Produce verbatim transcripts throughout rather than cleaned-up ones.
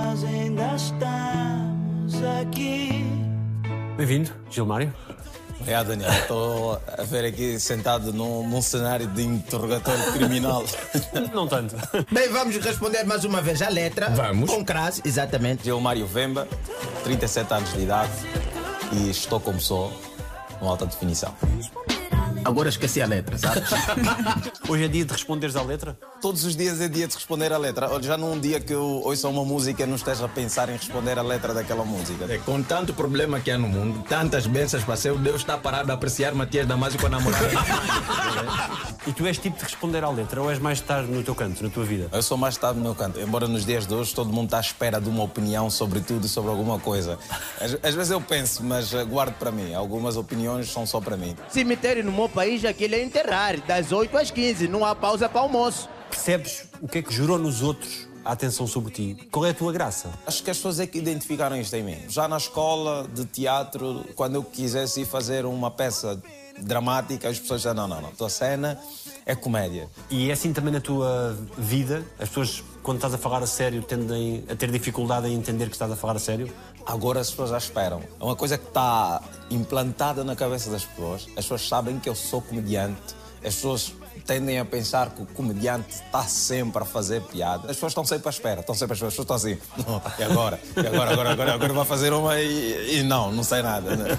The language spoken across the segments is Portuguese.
mas ainda estamos aqui. Bem-vindo, Gilmário. É, Daniel, estou a ver aqui sentado num, num cenário de interrogatório criminal. Não tanto. Bem, vamos responder mais uma vez a letra. Vamos. Com crase, exatamente. Gilmário Vemba, trinta e sete anos de idade e estou como sou, com alta definição. Agora esqueci a letra, sabes? Hoje é dia de responderes à letra? Todos os dias é dia de responder a letra. Olha, já num dia que eu ouço uma música não esteja a pensar em responder a letra daquela música. É, com tanto problema que há no mundo, tantas bênçãos para ser, Deus está parado a apreciar Matias Damasio com a namorada. E tu és tipo de responder à letra ou és mais de estar no teu canto, na tua vida? Eu sou mais estado no meu canto. Embora nos dias de hoje todo mundo está à espera de uma opinião sobre tudo e sobre alguma coisa. Às, às vezes eu penso, mas guardo para mim. Algumas opiniões são só para mim. Cemitério no meu país, aquilo é enterrar, das oito às quinze, não há pausa para almoço. Percebes o que é que gerou nos outros a atenção sobre ti? Qual é a tua graça? Acho que as pessoas é que identificaram isto em mim. Já na escola de teatro, quando eu quisesse ir fazer uma peça dramática, as pessoas já não, não, não. A tua cena é comédia. E é assim também na tua vida? As pessoas, quando estás a falar a sério, tendem a ter dificuldade em entender que estás a falar a sério? Agora as pessoas já esperam. É uma coisa que está implantada na cabeça das pessoas. As pessoas sabem que eu sou comediante. As pessoas tendem a pensar que o comediante está sempre a fazer piada. As pessoas estão sempre à espera. Estão sempre à espera. As pessoas estão assim. Não, e agora? E agora, agora, agora, agora vai fazer uma e, e não, não sei nada. Né?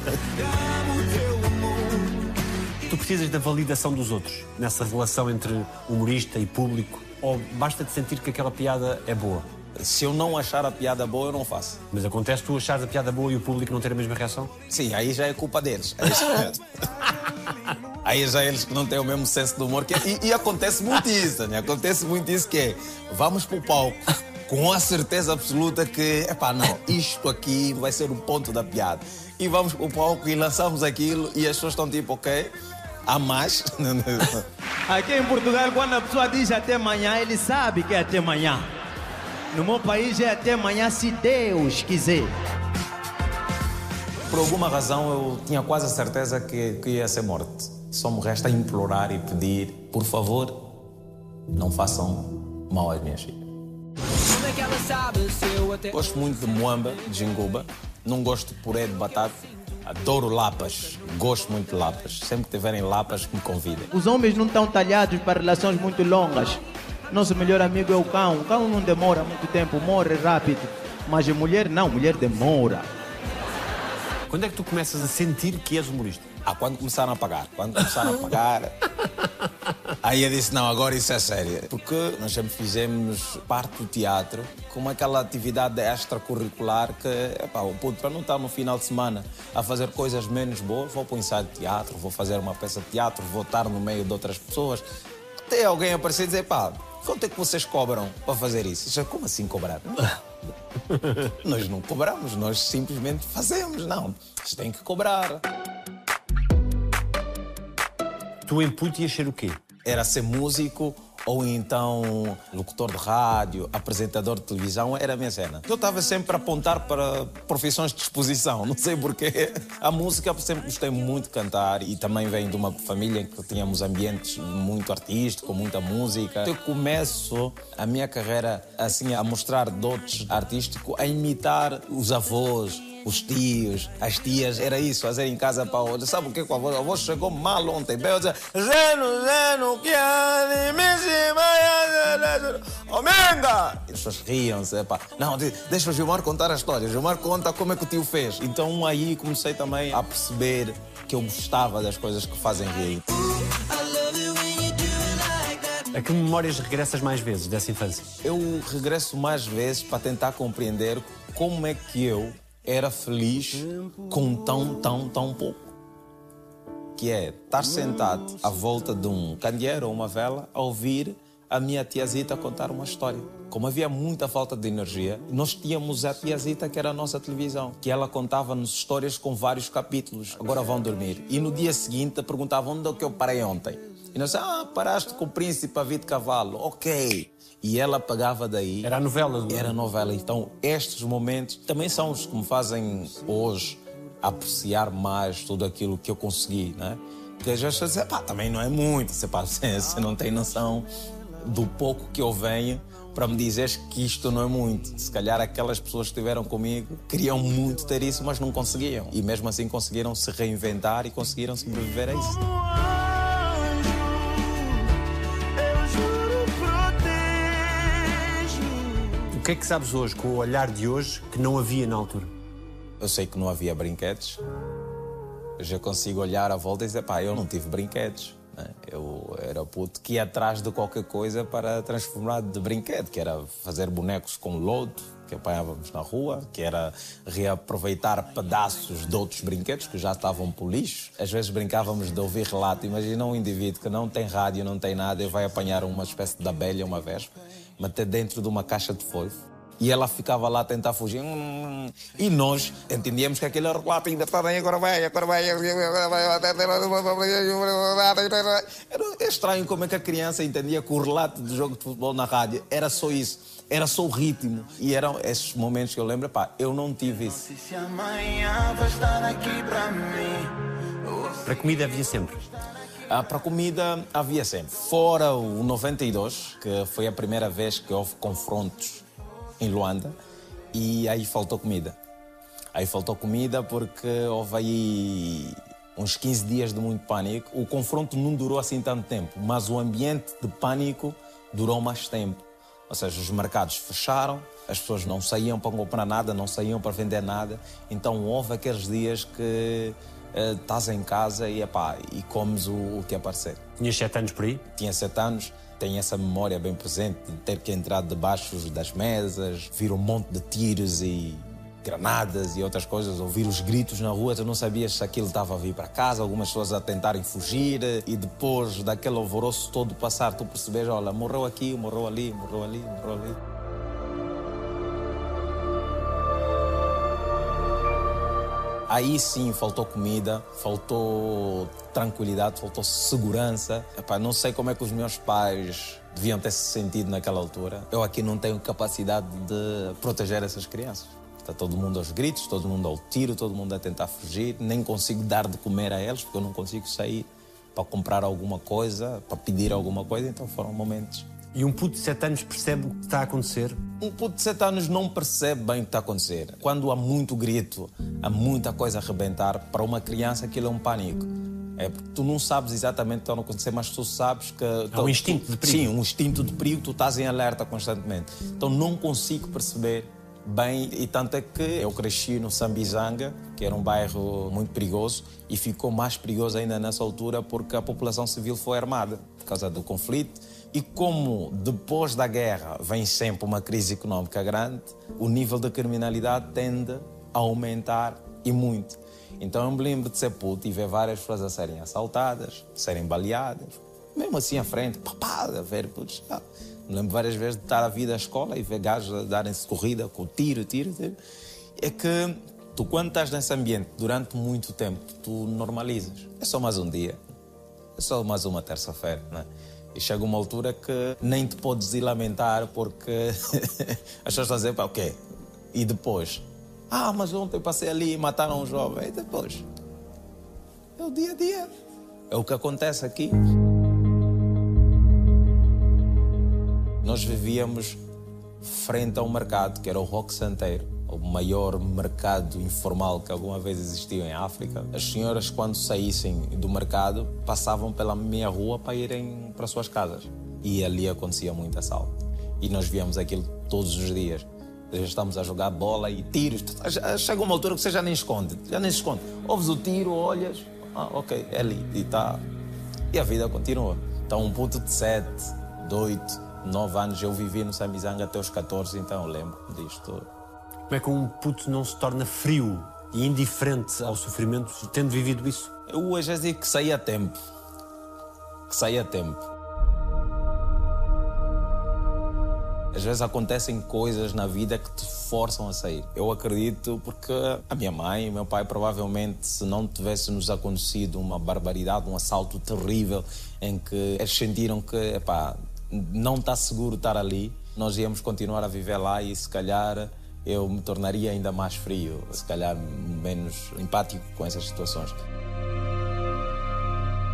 Tu precisas da validação dos outros nessa relação entre humorista e público? Ou basta-te sentir que aquela piada é boa? Se eu não achar a piada boa, eu não faço. Mas acontece tu achares a piada boa e o público não ter a mesma reação? Sim, aí já é culpa deles. Aí já, aí já é eles que não têm o mesmo senso de humor. Que, e, e acontece muito isso, né? Acontece muito isso que é, vamos para o palco com a certeza absoluta que, epá, não, isto aqui vai ser o ponto da piada. E vamos para o palco e lançamos aquilo e as pessoas estão tipo, ok, há mais. Aqui em Portugal, quando a pessoa diz até amanhã, ele sabe que é até amanhã. No meu país é até amanhã, se Deus quiser. Por alguma razão eu tinha quase a certeza que, que ia ser morte. Só me resta implorar e pedir, por favor, não façam mal às minhas filhas. Gosto muito de moamba, de jinguba. Não gosto de puré de batata. Adoro lapas. Gosto muito de lapas. Sempre que tiverem lapas, me convidem. Os homens não estão talhados para relações muito longas. Nosso melhor amigo é o cão. O cão não demora muito tempo, morre rápido. Mas a mulher não, mulher demora. Quando é que tu começas a sentir que és humorista? Ah, quando começaram a pagar. Quando começaram a pagar... Aí eu disse, não, agora isso é sério. Porque nós sempre fizemos parte do teatro como aquela atividade extracurricular que, epá, o puto, para não estar no final de semana a fazer coisas menos boas, vou para o ensaio de teatro, vou fazer uma peça de teatro, vou estar no meio de outras pessoas. Até alguém aparecer e dizer, pá, quanto é que vocês cobram para fazer isso? Eu disse, como assim cobrar? Nós não cobramos, nós simplesmente fazemos. Não, vocês têm que cobrar. Tu em puto ias ser o quê? Era ser músico ou então locutor de rádio, apresentador de televisão, era a minha cena. Eu estava sempre a apontar para profissões de exposição, não sei porquê. A música eu sempre gostei muito de cantar e também venho de uma família em que tínhamos ambientes muito artísticos, muita música. Eu começo a minha carreira assim a mostrar dotes artísticos, a imitar os avós, os tios, as tias, era isso, fazer em casa para olhar. Sabe o que com a avó? A avó chegou mal ontem. Bem, eu dizia, Zeno, Zeno, que aumenta! E as pessoas riam-se, pá. Não, deixa o Gilmar contar a história. O Gilmar conta como é que o tio fez. Então aí comecei também a perceber que eu gostava das coisas que fazem rir. A que memórias regressas mais vezes dessa infância? Eu regresso mais vezes para tentar compreender como é que eu era feliz com tão, tão, tão pouco. Que é estar sentado à volta de um candeeiro ou uma vela a ouvir a minha tiazita contar uma história. Como havia muita falta de energia, nós tínhamos a tiazita que era a nossa televisão, que ela contava-nos histórias com vários capítulos. Agora vão dormir. E no dia seguinte perguntavam onde é que eu parei ontem. E nós, ah, paraste com o príncipe a vir de cavalo. Ok. E ela pagava daí. Era a novela. Era a novela. Então, estes momentos também são os que me fazem hoje apreciar mais tudo aquilo que eu consegui, né? Porque as pessoas dizem, pá, também não é muito, você, pá, você, você não tem noção do pouco que eu venho para me dizeres que isto não é muito. Se calhar aquelas pessoas que estiveram comigo queriam muito ter isso, mas não conseguiam. E mesmo assim conseguiram se reinventar e conseguiram sobreviver a isso. O que é que sabes hoje, com o olhar de hoje, que não havia na altura? Eu sei que não havia brinquedos. Eu já consigo olhar à volta e dizer, pá, eu não tive brinquedos. Eu era puto que ia atrás de qualquer coisa para transformar de brinquedo, que era fazer bonecos com lodo, que apanhávamos na rua, que era reaproveitar pedaços de outros brinquedos que já estavam por lixo. Às vezes brincávamos de ouvir relato. Imagina um indivíduo que não tem rádio, não tem nada, e vai apanhar uma espécie de abelha, uma vespa, meter dentro de uma caixa de fofo. E ela ficava lá a tentar fugir. E nós entendíamos que aquele relato ainda está bem, agora vai, agora vai. Era estranho como é que a criança entendia que o relato do jogo de futebol na rádio era só isso. Era só o ritmo. E eram esses momentos que eu lembro, pá, eu não tive isso. Para comida havia sempre? Ah, para comida havia sempre. Fora o noventa e dois, que foi a primeira vez que houve confrontos em Luanda, e aí faltou comida. Aí faltou comida porque houve aí uns quinze dias de muito pânico. O confronto não durou assim tanto tempo, mas o ambiente de pânico durou mais tempo. Ou seja, os mercados fecharam, as pessoas não saíam para comprar nada, não saíam para vender nada. Então houve aqueles dias que uh, estás em casa e, epá, e comes o, o que aparecer. Tinhas sete anos por aí? Tinha sete anos. Tenho essa memória bem presente de ter que entrar debaixo das mesas, vir um monte de tiros e granadas e outras coisas, ouvir os gritos na rua. Tu não sabias se aquilo estava a vir para casa, algumas pessoas a tentarem fugir, e depois daquele alvoroço todo passar, tu percebes, olha, morreu aqui, morreu ali, morreu ali, morreu ali. Aí sim faltou comida, faltou tranquilidade, faltou segurança. Epá, não sei como é que os meus pais deviam ter se sentido naquela altura. Eu aqui não tenho capacidade de proteger essas crianças. Está todo mundo aos gritos, todo mundo ao tiro, todo mundo a tentar fugir. Nem consigo dar de comer a eles, porque eu não consigo sair para comprar alguma coisa, para pedir alguma coisa. Então foram momentos. E um puto de sete anos percebe o que está a acontecer? Um puto de sete anos não percebe bem o que está a acontecer. Quando há muito grito, há muita coisa a arrebentar, para uma criança aquilo é um pânico. É porque tu não sabes exatamente o que está a acontecer, mas tu sabes que... Há um instinto de perigo. Sim, um instinto de perigo, tu estás em alerta constantemente. Então não consigo perceber bem, e tanto é que eu cresci no Sambizanga, que era um bairro muito perigoso, e ficou mais perigoso ainda nessa altura porque a população civil foi armada por causa do conflito. E como depois da guerra vem sempre uma crise económica grande, o nível da criminalidade tende a aumentar, e muito. Então eu me lembro de ser puto e ver várias pessoas a serem assaltadas, serem baleadas, mesmo assim à frente, papada, a ver putos. Ah, me lembro várias vezes de estar a vida à escola e ver gajos a darem-se corrida com tiro, tiro, tiro. É que tu, quando estás nesse ambiente durante muito tempo, tu normalizas. É só mais um dia, é só mais uma terça-feira, não é? E chega uma altura que nem te podes ir lamentar porque as pessoas estão a dizer, pá, o quê? E depois? Ah, mas ontem passei ali e mataram um jovem. E depois? É o dia a dia. É o que acontece aqui. Nós vivíamos frente a um mercado que era o Roque Santeiro, o maior mercado informal que alguma vez existiu em África. As senhoras, quando saíssem do mercado, passavam pela minha rua para irem para as suas casas. E ali acontecia muito assalto. E nós víamos aquilo todos os dias. Já estamos a jogar bola e tiros. Chega uma altura que você já nem esconde. Já nem se esconde. Ouves o tiro, olhas. Ah, ok, é ali. E, tá. E a vida continua. Então, um puto de sete, de oito, nove anos, eu vivi no Sambizanga até os catorze, então eu lembro disto. Como é que um puto não se torna frio e indiferente ao sofrimento tendo vivido isso? Eu hoje digo que saí a tempo. Que saí a tempo. Às vezes acontecem coisas na vida que te forçam a sair. Eu acredito porque a minha mãe e o meu pai provavelmente, se não tivesse nos acontecido uma barbaridade, um assalto terrível em que eles sentiram que, epá, não está seguro estar ali, nós íamos continuar a viver lá e se calhar eu me tornaria ainda mais frio, se calhar menos empático com essas situações.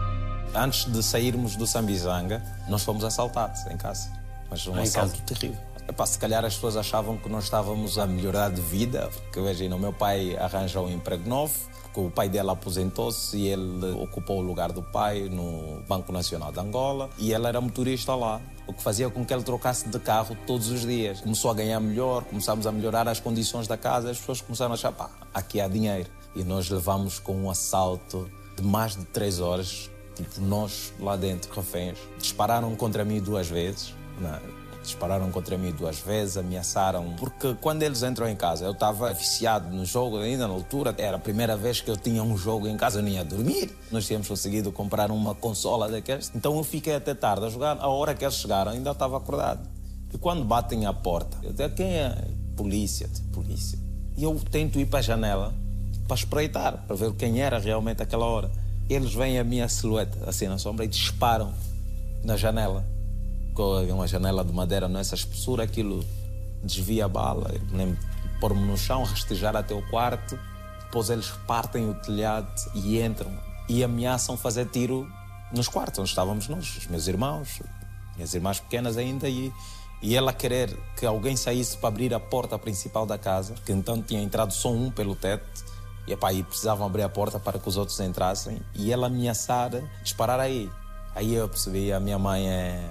Antes de sairmos do Sambizanga, nós fomos assaltados em casa. Mas um em assalto casa? terrível. Epá, se calhar as pessoas achavam que nós estávamos a melhorar de vida, porque imagina, o meu pai arranjou um emprego novo, porque o pai dele aposentou-se e ele ocupou o lugar do pai no Banco Nacional de Angola e ele era motorista lá, o que fazia com que ele trocasse de carro todos os dias. Começou a ganhar melhor, começámos a melhorar as condições da casa, as pessoas começaram a achar, pá, aqui há dinheiro. E nós levamos com um assalto de mais de três horas, tipo, nós lá dentro, reféns. Dispararam contra mim duas vezes, não. Dispararam contra mim duas vezes, ameaçaram. Porque quando eles entram em casa, eu estava viciado no jogo ainda na altura. Era a primeira vez que eu tinha um jogo em casa, eu nem ia dormir. Nós tínhamos conseguido comprar uma consola daqueles. Então eu fiquei até tarde a jogar. A hora que eles chegaram, ainda estava acordado. E quando batem à porta, eu digo, quem é? Polícia, polícia. E eu tento ir para a janela para espreitar, para ver quem era realmente aquela hora. Eles veem a minha silhueta assim na sombra e disparam na janela. Uma janela de madeira nessa espessura, aquilo desvia a bala, nem pôr-me no chão, rastejar até o quarto. Depois eles partem o telhado e entram e ameaçam fazer tiro nos quartos onde estávamos nós, os meus irmãos, minhas irmãs pequenas ainda, e, e ela querer que alguém saísse para abrir a porta principal da casa, que então tinha entrado só um pelo teto, e, epá, e precisavam abrir a porta para que os outros entrassem, e ela ameaçar disparar aí. Aí eu percebi, a minha mãe é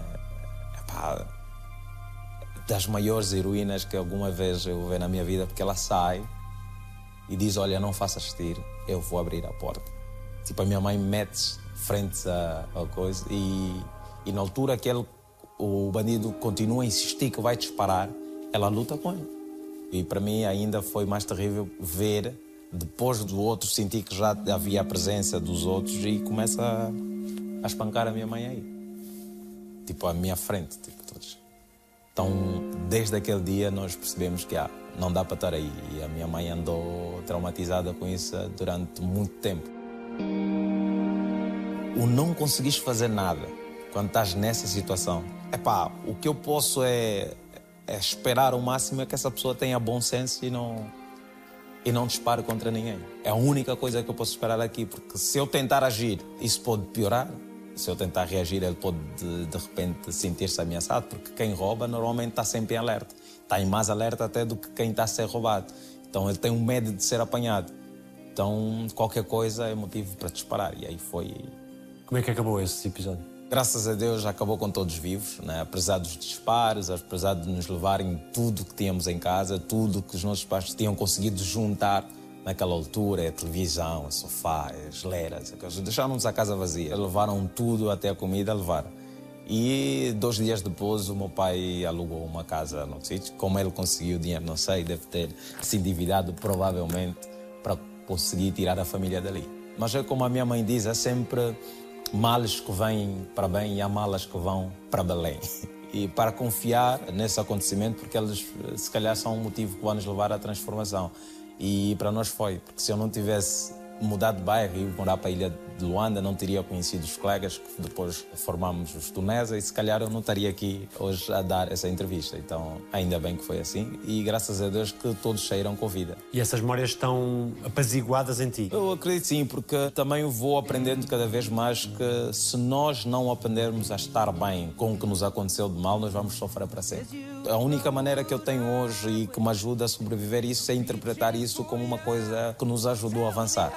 das maiores heroínas que alguma vez eu vi na minha vida, porque ela sai e diz, olha, não faças tiro, eu vou abrir a porta. Tipo, a minha mãe mete-se frente à, à coisa e, e na altura que ele, o bandido continua a insistir que vai disparar, ela luta com ele. E para mim ainda foi mais terrível ver, depois do outro, sentir que já havia a presença dos outros e começa a, a espancar a minha mãe aí. Tipo, à minha frente, tipo, todos. Então, desde aquele dia, nós percebemos que ah, não dá para estar aí. E a minha mãe andou traumatizada com isso durante muito tempo. O não conseguires fazer nada quando estás nessa situação, epá, o que eu posso é, é esperar o máximo é que essa pessoa tenha bom senso e não, e não dispare contra ninguém. É a única coisa que eu posso esperar aqui, porque se eu tentar agir, isso pode piorar. Se eu tentar reagir, ele pode, de, de repente, sentir-se ameaçado, porque quem rouba normalmente está sempre em alerta. Está em mais alerta até do que quem está a ser roubado. Então ele tem um medo de ser apanhado. Então qualquer coisa é motivo para disparar. E aí foi... Como é que acabou esse episódio? Graças a Deus acabou com todos vivos, né? Apesar dos disparos, apesar de nos levarem tudo que tínhamos em casa, tudo que os nossos pais tinham conseguido juntar naquela altura, a televisão, a sofá, as geleiras, deixaram-nos a casa vazia. Levaram tudo, até a comida, levaram. E dois dias depois o meu pai alugou uma casa no sítio. Como ele conseguiu dinheiro, não sei, deve ter se endividado provavelmente para conseguir tirar a família dali. Mas é como a minha mãe diz, é sempre males que vêm para bem e há malas que vão para Belém. E para confiar nesse acontecimento, porque eles se calhar são um motivo que vai nos levar à transformação. E para nós foi, porque se eu não tivesse mudado de bairro e morar para a ilha de Luanda, não teria conhecido os colegas que depois formámos os Tunesa e se calhar eu não estaria aqui hoje a dar essa entrevista. Então, ainda bem que foi assim e graças a Deus que todos saíram com vida. E essas memórias estão apaziguadas em ti? Eu acredito sim, porque também vou aprendendo cada vez mais que se nós não aprendermos a estar bem com o que nos aconteceu de mal, nós vamos sofrer para sempre. A única maneira que eu tenho hoje e que me ajuda a sobreviver isso é interpretar isso como uma coisa que nos ajudou a avançar.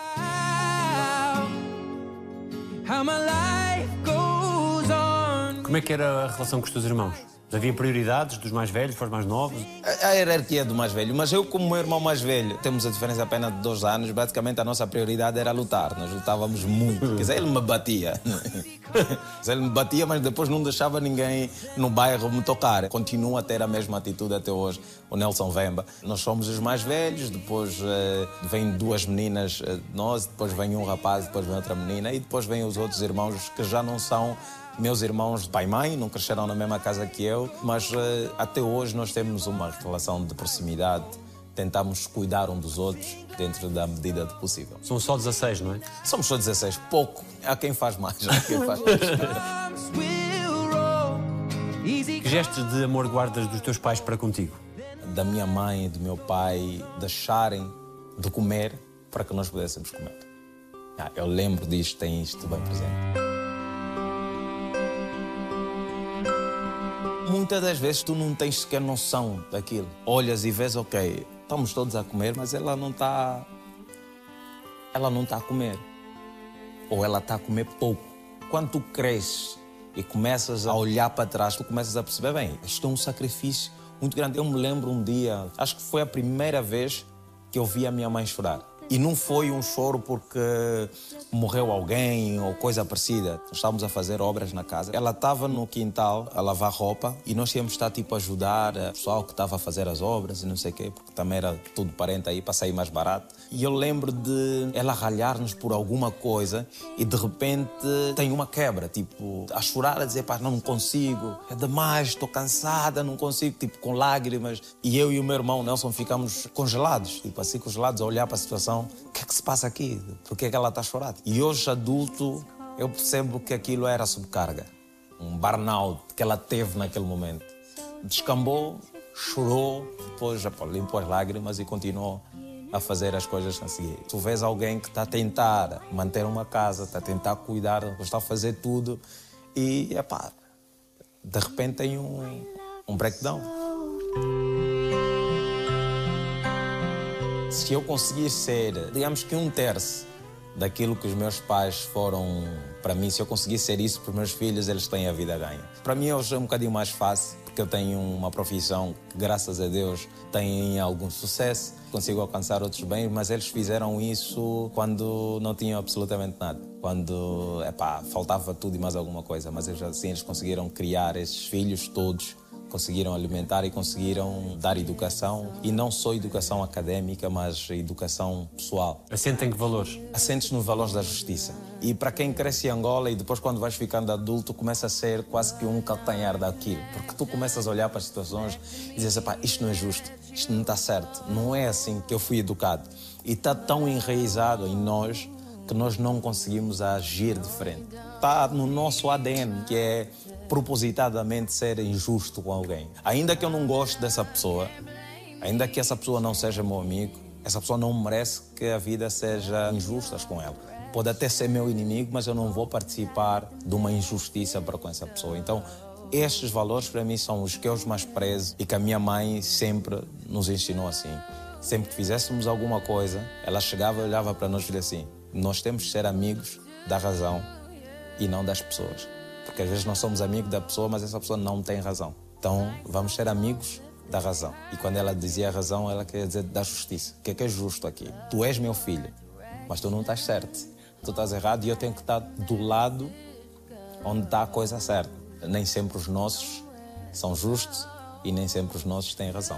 Como é que era a relação com os teus irmãos? Havia prioridades dos mais velhos para os mais novos? A hierarquia do mais velho. Mas eu, como meu irmão mais velho, temos a diferença apenas de dois anos, basicamente a nossa prioridade era lutar. Nós lutávamos muito. Quer dizer, ele me batia. Ele me batia, mas depois não deixava ninguém no bairro me tocar. Continua a ter a mesma atitude até hoje, o Nelson Vemba. Nós somos os mais velhos, depois uh, vêm duas meninas de nós, depois vem um rapaz, depois vem outra menina e depois vêm os outros irmãos que já não são meus irmãos de pai e mãe, não cresceram na mesma casa que eu, mas uh, até hoje nós temos uma relação de proximidade. Tentamos cuidar um dos outros dentro da medida do possível. São só dezasseis, não é? Somos só dezasseis, pouco. Há quem faz mais, há quem faz mais. Que gestos de amor guardas dos teus pais para contigo? Da minha mãe e do meu pai deixarem de comer para que nós pudéssemos comer. Ah, eu lembro disto, tenho isto bem presente. Muitas das vezes tu não tens sequer noção daquilo. Olhas e vês, ok, estamos todos a comer, mas ela não está... Ela não está a comer. Ou ela está a comer pouco. Quando tu cresces e começas a olhar para trás, tu começas a perceber, bem, isto é um sacrifício muito grande. Eu me lembro um dia, acho que foi a primeira vez que eu vi a minha mãe chorar. E não foi um choro porque morreu alguém ou coisa parecida. Nós estávamos a fazer obras na casa. Ela estava no quintal a lavar roupa e nós íamos estar tipo a ajudar o pessoal que estava a fazer as obras e não sei o quê, porque também era tudo parente aí para sair mais barato. E eu lembro de ela ralhar-nos por alguma coisa e de repente tem uma quebra, tipo, a chorar, a dizer, pá, não consigo, é demais, estou cansada, não consigo, tipo, com lágrimas. E eu e o meu irmão Nelson ficamos congelados, tipo assim, congelados, a olhar para a situação. O que é que se passa aqui? Por que é que ela está a chorar? E hoje, adulto, eu percebo que aquilo era subcarga. Um burnout que ela teve naquele momento. Descambou, chorou, depois já, pô, limpou as lágrimas e continuou a fazer as coisas a seguir. Tu vês alguém que está a tentar manter uma casa, está a tentar cuidar, está a fazer tudo e, epá, de repente tem um, um breakdown. Se eu conseguir ser, digamos que um terço daquilo que os meus pais foram para mim, se eu conseguir ser isso para os meus filhos, eles têm a vida ganha. Para mim hoje é um bocadinho mais fácil, porque eu tenho uma profissão que, graças a Deus, tem algum sucesso, consigo alcançar outros bens, mas eles fizeram isso quando não tinham absolutamente nada. Quando, epá, faltava tudo e mais alguma coisa, mas eles, assim, eles conseguiram criar esses filhos todos, conseguiram alimentar e conseguiram dar educação, e não só educação académica, mas educação pessoal. Assentem que valores? Assentes nos valores da justiça. E para quem cresce em Angola e depois quando vais ficando adulto, começa a ser quase que um calcanhar daquilo, porque tu começas a olhar para as situações e dizes, epá, isto não é justo, isto não está certo, não é assim que eu fui educado. E está tão enraizado em nós que nós não conseguimos agir diferente. Está no nosso A D N, que é propositadamente ser injusto com alguém. Ainda que eu não goste dessa pessoa, ainda que essa pessoa não seja meu amigo, essa pessoa não merece que a vida seja injusta com ela. Pode até ser meu inimigo, mas eu não vou participar de uma injustiça para com essa pessoa. Então, estes valores para mim são os que eu mais prezo e que a minha mãe sempre nos ensinou assim. Sempre que fizéssemos alguma coisa, ela chegava e olhava para nós e dizia assim, nós temos que ser amigos da razão e não das pessoas. Porque às vezes nós somos amigos da pessoa, mas essa pessoa não tem razão. Então, vamos ser amigos da razão. E quando ela dizia a razão, ela queria dizer da justiça. O que é que é justo aqui? Tu és meu filho, mas tu não estás certo. Tu estás errado e eu tenho que estar do lado onde está a coisa certa. Nem sempre os nossos são justos e nem sempre os nossos têm razão.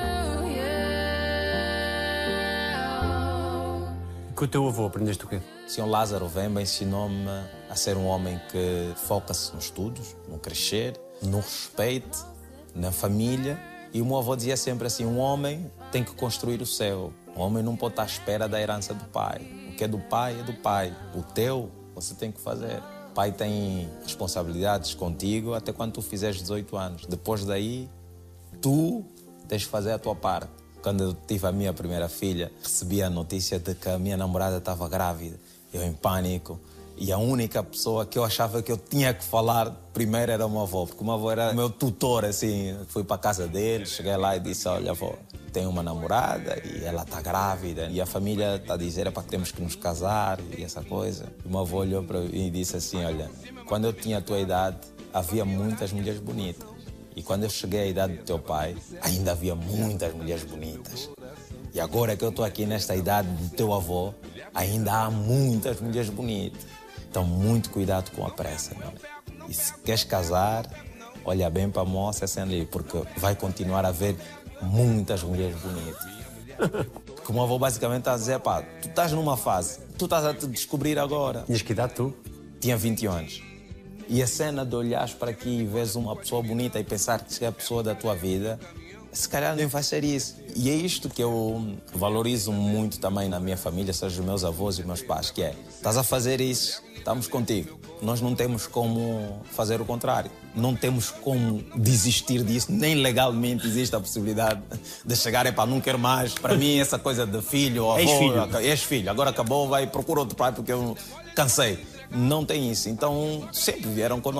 Com o teu avô aprendeste o quê? O senhor Lázaro Vemba ensinou-me a ser um homem que foca-se nos estudos, no crescer, no respeito, na família. E o meu avô dizia sempre assim, um homem tem que construir o seu. Um homem não pode estar à espera da herança do pai. O que é do pai é do pai. O teu, você tem que fazer. O pai tem responsabilidades contigo até quando tu fizeres dezoito anos. Depois daí, tu tens que fazer a tua parte. Quando eu tive a minha primeira filha, recebi a notícia de que a minha namorada estava grávida. Eu em pânico. E a única pessoa que eu achava que eu tinha que falar primeiro era o meu avô, porque o meu avô era meu tutor, assim. Fui para a casa dele, cheguei lá e disse, olha, avô, tenho uma namorada e ela está grávida. E a família está a dizer, é para que temos que nos casar e essa coisa. E o meu avô olhou para mim e disse assim, olha, quando eu tinha a tua idade, havia muitas mulheres bonitas. E quando eu cheguei à idade do teu pai, ainda havia muitas mulheres bonitas. E agora que eu estou aqui nesta idade do teu avô, ainda há muitas mulheres bonitas. Então, muito cuidado com a pressa, meu. E se queres casar, olha bem para a moça assim ali, porque vai continuar a haver muitas mulheres bonitas. Como o avô basicamente está a dizer, pá, tu estás numa fase, tu estás a te descobrir agora. Tinhas que idade tu? Tinha vinte anos. E a cena de olhares para aqui e vês uma pessoa bonita e pensar que é a pessoa da tua vida, se calhar nem vai ser isso. E é isto que eu valorizo muito também na minha família, seja os meus avós e os meus pais, que é, estás a fazer isso, estamos contigo. Nós não temos como fazer o contrário. Não temos como desistir disso, nem legalmente existe a possibilidade de chegar, epá, não quero mais. Para mim, essa coisa de filho, avô, ex-filho. ex-filho, agora acabou, vai procura outro pai porque eu cansei. Não tem isso. Então, sempre vieram connosco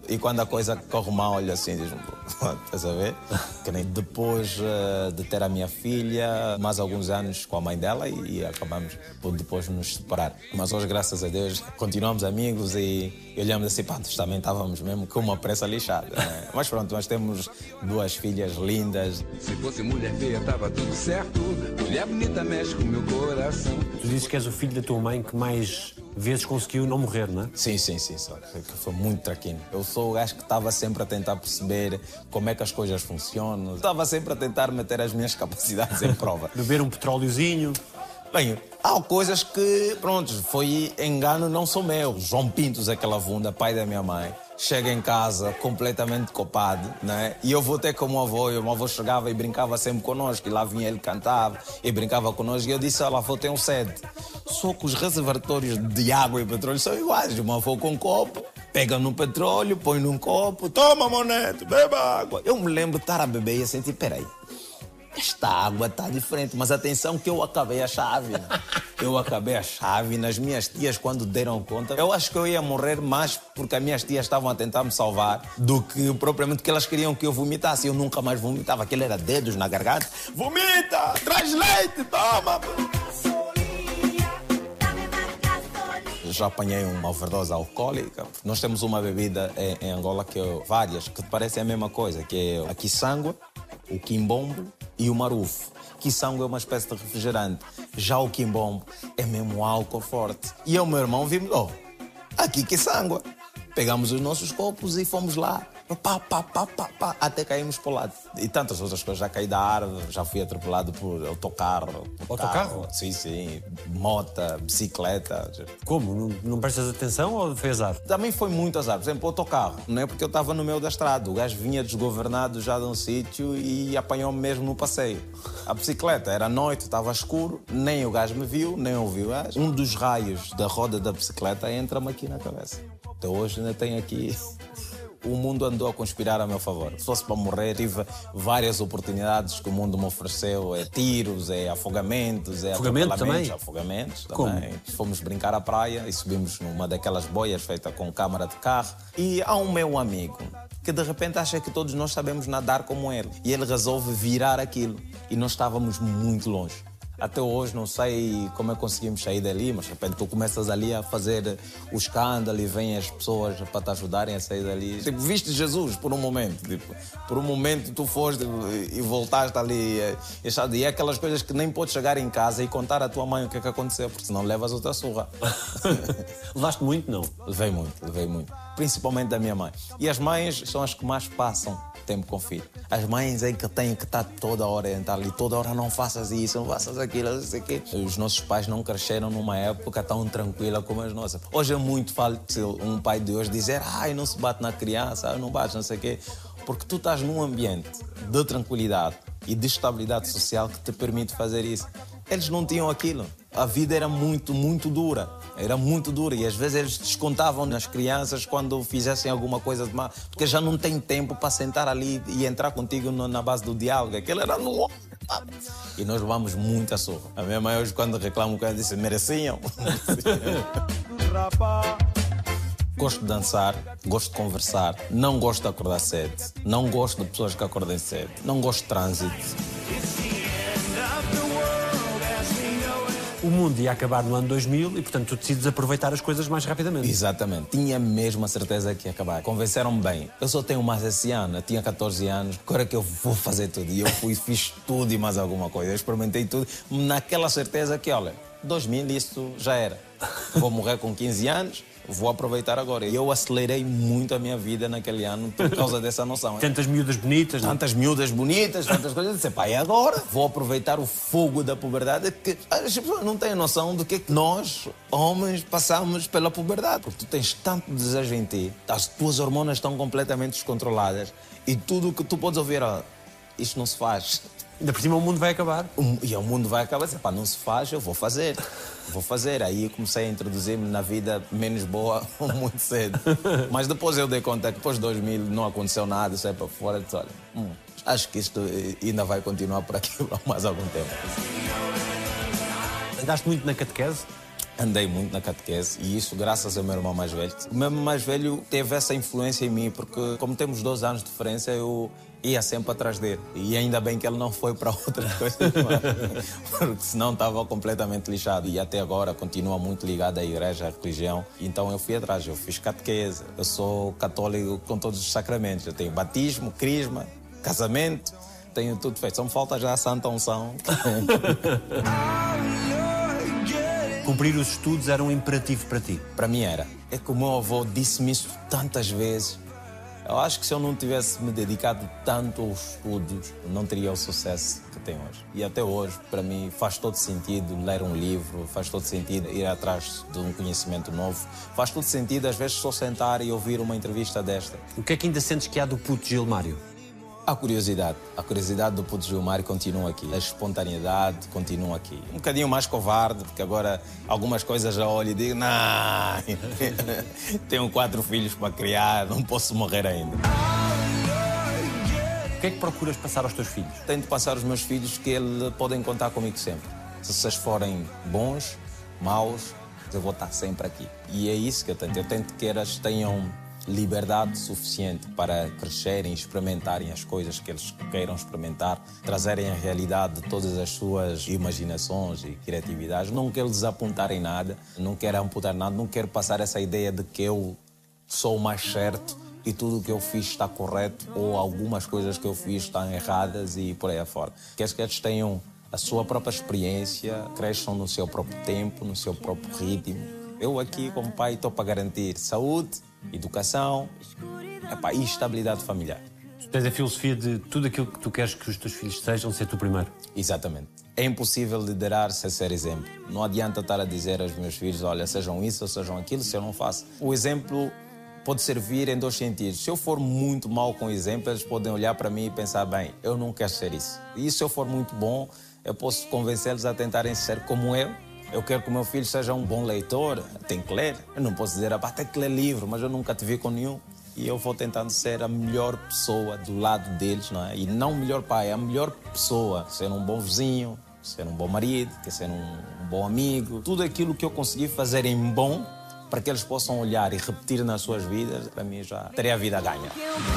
E quando a coisa corre mal, olha assim, diz-me, estás a ver? Que nem depois uh, de ter a minha filha, mais alguns anos com a mãe dela e, e acabamos por depois nos separar. Mas hoje, graças a Deus, continuamos amigos e olhamos assim, pá, também estávamos mesmo com uma pressa lixada. Né? Mas pronto, nós temos duas filhas lindas. Se fosse mulher feia, estava tudo certo. Mulher bonita mexe com o meu coração. Tu dizes que és o filho da tua mãe que mais vezes conseguiu não morrer, não é? Sim, sim, sim. Só. Foi muito traquino. Eu sou o gajo que estava sempre a tentar perceber como é que as coisas funcionam. Estava sempre a tentar meter as minhas capacidades em prova. Beber um petróleozinho. Bem, há coisas que, pronto, foi engano não sou meu. João Pintos, aquela vunda, pai da minha mãe, chega em casa completamente copado, né? E eu vou ter como avô, e o meu avô chegava e brincava sempre connosco, e lá vinha ele, cantava e brincava connosco, e eu disse, olha, avô, tem um sede. Só que os reservatórios de água e petróleo são iguais. O meu avô com um copo, pega no petróleo, põe num copo, toma, monete, beba água. Eu me lembro de estar a beber e a sentir, peraí, esta água está diferente, mas atenção que eu acabei a chave. Né? Eu acabei a chave nas minhas tias quando deram conta. Eu acho que eu ia morrer mais porque as minhas tias estavam a tentar me salvar do que propriamente que elas queriam que eu vomitasse. Eu nunca mais vomitava, aquele era dedos na garganta. Vomita, traz leite, toma. Já apanhei uma overdose alcoólica. Nós temos uma bebida em, em Angola, que é várias, que parecem a mesma coisa, que é a quiçangue, o quimbombo e o marufo. Quiçangue é uma espécie de refrigerante. Já o quimbombo é mesmo álcool forte. E eu e o meu irmão vimos, oh, aqui quiçangue. Pegamos os nossos copos e fomos lá. Pá, pá, pá, pá, pá, até caímos para o lado. E tantas outras coisas. Já caí da árvore, já fui atropelado por autocarro. por Autocarro? carro. Sim, sim. Mota, bicicleta. Como? Não, não prestas atenção ou foi azar? Também foi muito azar. Por exemplo, o autocarro. Não é porque eu estava no meio da estrada. O gajo vinha desgovernado já de um sítio e apanhou-me mesmo no passeio. A bicicleta era noite, estava escuro. Nem o gajo me viu, nem ouviu o gajo. Um dos raios da roda da bicicleta entra-me aqui na cabeça. Até hoje ainda tenho aqui... O mundo andou a conspirar a meu favor. Se fosse para morrer, tive várias oportunidades que o mundo me ofereceu. É tiros, é afogamentos, é Afogamento atropelamentos. também? Afogamentos Como? também. Fomos brincar à praia e subimos numa daquelas boias feita com câmara de carro. E há um meu amigo que de repente acha que todos nós sabemos nadar como ele. E ele resolve virar aquilo. E nós estávamos muito longe. Até hoje não sei como é que conseguimos sair dali, mas de repente tu começas ali a fazer o escândalo e vêm as pessoas para te ajudarem a sair dali. Tipo, viste Jesus por um momento. Tipo, por um momento tu foste e voltaste ali. E, e é aquelas coisas que nem podes chegar em casa e contar à tua mãe o que é que aconteceu, porque senão levas outra surra. Levaste muito, não? Levei muito, levei muito. Principalmente da minha mãe. E as mães são as que mais passam tempo com o filho. As mães é que têm que estar toda hora a entrar ali, toda hora não faças isso, não faças aquilo, não sei o quê. Os nossos pais não cresceram numa época tão tranquila como as nossas. Hoje é muito fácil um pai de hoje dizer, ai, não se bate na criança, não bate, não sei o quê. Porque tu estás num ambiente de tranquilidade e de estabilidade social que te permite fazer isso. Eles não tinham aquilo. A vida era muito, muito dura. Era muito dura e às vezes eles descontavam nas crianças quando fizessem alguma coisa de mal, porque já não tem tempo para sentar ali e entrar contigo no, na base do diálogo. Aquilo era no... E nós levamos muita surra. A minha mãe hoje quando reclama com ela disse, mereciam. Gosto de dançar, gosto de conversar, não gosto de acordar cedo, não gosto de pessoas que acordem cedo, não gosto de trânsito. O mundo ia acabar no ano dois mil e, portanto, tu decides aproveitar as coisas mais rapidamente. Exatamente. Tinha mesmo a certeza que ia acabar. Convenceram-me bem. Eu só tenho mais esse ano. Eu tinha catorze anos. Agora que eu vou fazer tudo. E eu fui, fiz tudo e mais alguma coisa. Eu experimentei tudo. Naquela certeza que, olha, dois mil isso já era. Vou morrer com quinze anos. Vou aproveitar agora. E eu acelerei muito a minha vida naquele ano por causa dessa noção. Tantas miúdas bonitas. Tantas miúdas bonitas, tantas coisas. Eu disse, pá, e agora? Vou aproveitar o fogo da puberdade, que as pessoas não têm noção do que é que nós, homens, passamos pela puberdade. Porque tu tens tanto desejo em ti, as tuas hormonas estão completamente descontroladas e tudo o que tu podes ouvir, ó, isto não se faz. Ainda por cima o mundo vai acabar. E o mundo vai acabar. Pá, não se faz, eu vou fazer. Vou fazer. Aí comecei a introduzir-me na vida menos boa muito cedo. Mas depois eu dei conta que depois de dois mil não aconteceu nada, saí para fora e disse, olha, hum, acho que isto ainda vai continuar por aqui por mais algum tempo. Andaste muito na catequese? andei muito na catequese e isso graças ao meu irmão mais velho. O meu irmão mais velho teve essa influência em mim porque, como temos doze anos de diferença, eu ia sempre atrás dele. E ainda bem que ele não foi para outras coisas, porque senão estava completamente lixado. E até agora continua muito ligado à igreja, à religião. Então eu fui atrás, eu fiz catequese. Eu sou católico com todos os sacramentos. Eu tenho batismo, crisma, casamento, tenho tudo feito. Só me falta já a santa unção. Cumprir os estudos era um imperativo para ti? Para mim era. É que o meu avô disse-me isso tantas vezes. Eu acho que se eu não tivesse me dedicado tanto aos estudos, não teria o sucesso que tenho hoje. E até hoje, para mim, faz todo sentido ler um livro, faz todo sentido ir atrás de um conhecimento novo, faz todo sentido, às vezes, só sentar e ouvir uma entrevista desta. O que é que ainda sentes que há do puto Gilmário? A curiosidade. A curiosidade do puto Gilmário continua aqui. A espontaneidade continua aqui. Um bocadinho mais covarde, porque agora algumas coisas já olho e digo, não, tenho quatro filhos para criar, não posso morrer ainda. O que é que procuras passar aos teus filhos? Tento passar aos meus filhos que eles podem contar comigo sempre. Se vocês forem bons, maus, eu vou estar sempre aqui. E é isso que eu tento. Eu tento que eles tenham liberdade suficiente para crescerem, experimentarem as coisas que eles queiram experimentar, trazerem a realidade de todas as suas imaginações e criatividades. Não quero desapontar em nada, não quero amputar nada, não quero passar essa ideia de que eu sou o mais certo e tudo o que eu fiz está correto ou algumas coisas que eu fiz estão erradas e por aí afora. Quero que eles tenham a sua própria experiência, cresçam no seu próprio tempo, no seu próprio ritmo. Eu aqui, como pai, estou para garantir saúde, educação, epá, e estabilidade familiar. Tu tens a filosofia de tudo aquilo que tu queres que os teus filhos sejam, ser tu primeiro. Exatamente. É impossível liderar sem ser exemplo. Não adianta estar a dizer aos meus filhos, olha, sejam isso ou sejam aquilo, se eu não faço. O exemplo pode servir em dois sentidos. Se eu for muito mal com o exemplo, eles podem olhar para mim e pensar, bem, eu não quero ser isso. E se eu for muito bom, eu posso convencê-los a tentarem ser como eu. Eu quero que o meu filho seja um bom leitor, tem que ler. Eu não posso dizer, ah, tem que ler livro, mas eu nunca te vi com nenhum. E eu vou tentando ser a melhor pessoa do lado deles, não é? E não o melhor pai, a melhor pessoa. Ser um bom vizinho, ser um bom marido, ser um, um bom amigo. Tudo aquilo que eu consegui fazer em bom, para que eles possam olhar e repetir nas suas vidas, para mim já teria a vida ganha.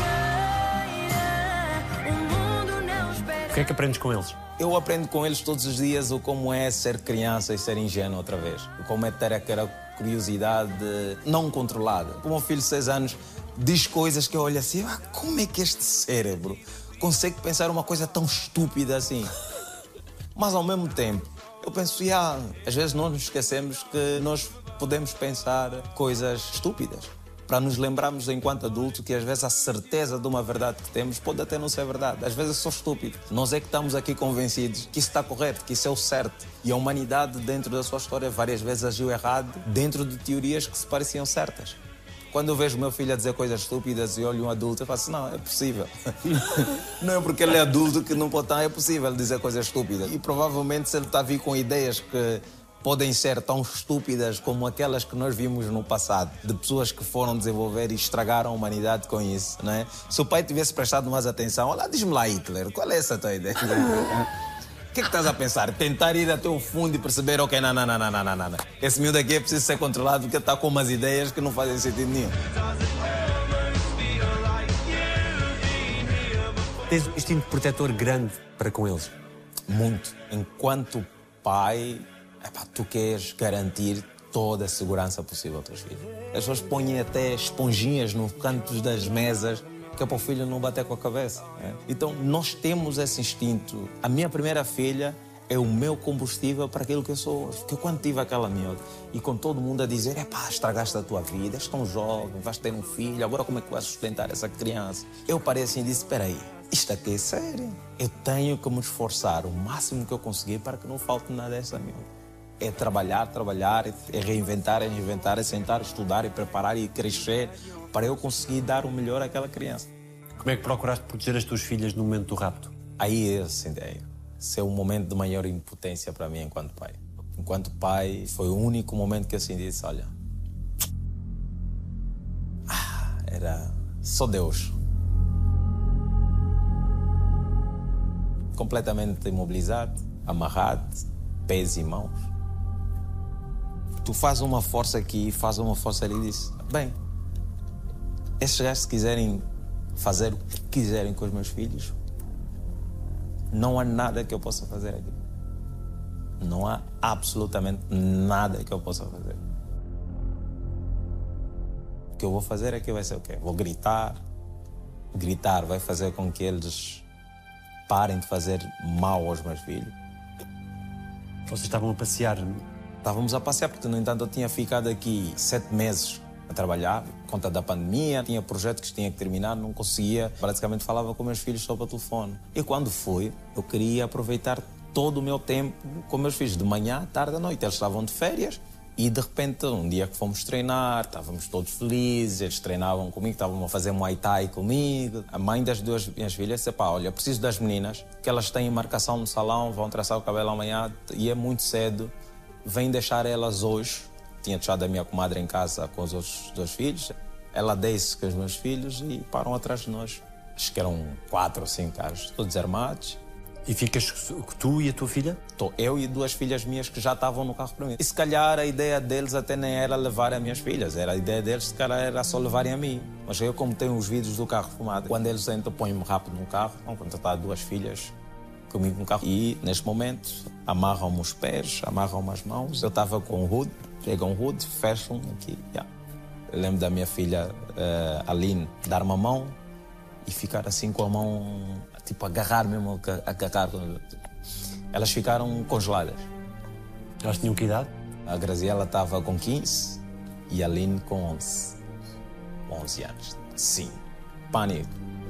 O que é que aprendes com eles? Eu aprendo com eles todos os dias o como é ser criança e ser ingênuo outra vez. O como é ter aquela curiosidade não controlada. O meu filho de seis anos diz coisas que eu olho assim, ah, como é que este cérebro consegue pensar uma coisa tão estúpida assim? Mas ao mesmo tempo, eu penso, ah, às vezes nós nos esquecemos que nós podemos pensar coisas estúpidas. Para nos lembrarmos, enquanto adulto, que às vezes a certeza de uma verdade que temos pode até não ser verdade. Às vezes é só estúpido. Nós é que estamos aqui convencidos que isso está correto, que isso é o certo. E a humanidade, dentro da sua história, várias vezes agiu errado dentro de teorias que se pareciam certas. Quando eu vejo o meu filho a dizer coisas estúpidas e olho um adulto, eu faço, não, é possível. Não é porque ele é adulto que não pode estar, é possível dizer coisas estúpidas. E provavelmente se ele está a vir com ideias que podem ser tão estúpidas como aquelas que nós vimos no passado, de pessoas que foram desenvolver e estragaram a humanidade com isso, não é? Se o pai tivesse prestado mais atenção, olha, diz-me lá, Hitler, qual é essa tua ideia? O que é que estás a pensar? Tentar ir até o fundo e perceber, ok, não, não, não, não, não, não, não. Esse miúdo aqui é preciso ser controlado porque está com umas ideias que não fazem sentido nenhum. Tens um instinto protetor grande para com eles? Muito. Enquanto pai, epá, tu queres garantir toda a segurança possível aos teus filhos. As pessoas põem até esponjinhas nos cantos das mesas que é para o filho não bater com a cabeça. É? Então, nós temos esse instinto. A minha primeira filha é o meu combustível para aquilo que eu sou hoje. Porque quando tive aquela miúda e com todo mundo a dizer, epá, estragaste a tua vida, és tão jovem, vais ter um filho, agora como é que vais sustentar essa criança? Eu parei assim e disse, espera aí, isto aqui é sério. Eu tenho que me esforçar o máximo que eu conseguir para que não falte nada dessa miúda. É trabalhar, trabalhar, é reinventar, é reinventar, é sentar, estudar, é preparar e crescer para eu conseguir dar o melhor àquela criança. Como é que procuraste proteger as tuas filhas no momento do rapto? Aí é essa ideia. Esse é o momento de maior impotência para mim enquanto pai. Enquanto pai, foi o único momento que eu assim disse, olha, ah, era só Deus. Completamente imobilizado, amarrado, pés e mãos. Tu faz uma força aqui, faz uma força ali e diz, bem, esses gajos se quiserem fazer o que quiserem com os meus filhos, não há nada que eu possa fazer aqui. Não há absolutamente nada que eu possa fazer. O que eu vou fazer aqui vai ser o quê? Vou gritar. Gritar vai fazer com que eles parem de fazer mal aos meus filhos. Vocês estavam a passear? Estávamos a passear, porque, no entanto, eu tinha ficado aqui sete meses a trabalhar, por conta da pandemia, tinha projetos que tinha que terminar, não conseguia. Praticamente falava com meus filhos só para telefone. E quando fui, eu queria aproveitar todo o meu tempo com meus filhos, de manhã, à tarde, à noite. Eles estavam de férias e, de repente, um dia que fomos treinar, estávamos todos felizes, eles treinavam comigo, estavam a fazer Muay Thai comigo. A mãe das duas minhas filhas disse, pá, olha, preciso das meninas, que elas têm marcação no salão, vão traçar o cabelo amanhã e é muito cedo, vem deixar elas hoje. Tinha deixado a minha comadre em casa com os outros dois filhos. Ela desce com os meus filhos e param atrás de nós. Acho que eram quatro ou cinco carros, todos armados. E ficas tu e a tua filha? Estou eu e duas filhas minhas que já estavam no carro para mim. E se calhar a ideia deles até nem era levar as minhas filhas. Era a ideia deles, se calhar, era só levarem a mim. Mas eu, como tenho os vidros do carro fumados, quando eles entram, ponho-me rápido no carro. Vão contratar duas filhas comigo no carro. E, neste momento, amarram-me os pés, amarram-me as mãos. Eu estava com o hood, pegam o hood, fecham aqui. Yeah. Eu lembro da minha filha, uh, Aline, dar-me a mão e ficar assim com a mão, tipo, agarrar mesmo, agarrar. Elas ficaram congeladas. Elas tinham que idade? A Graziela estava com quinze e a Aline com onze. onze anos. Sim. Pânico.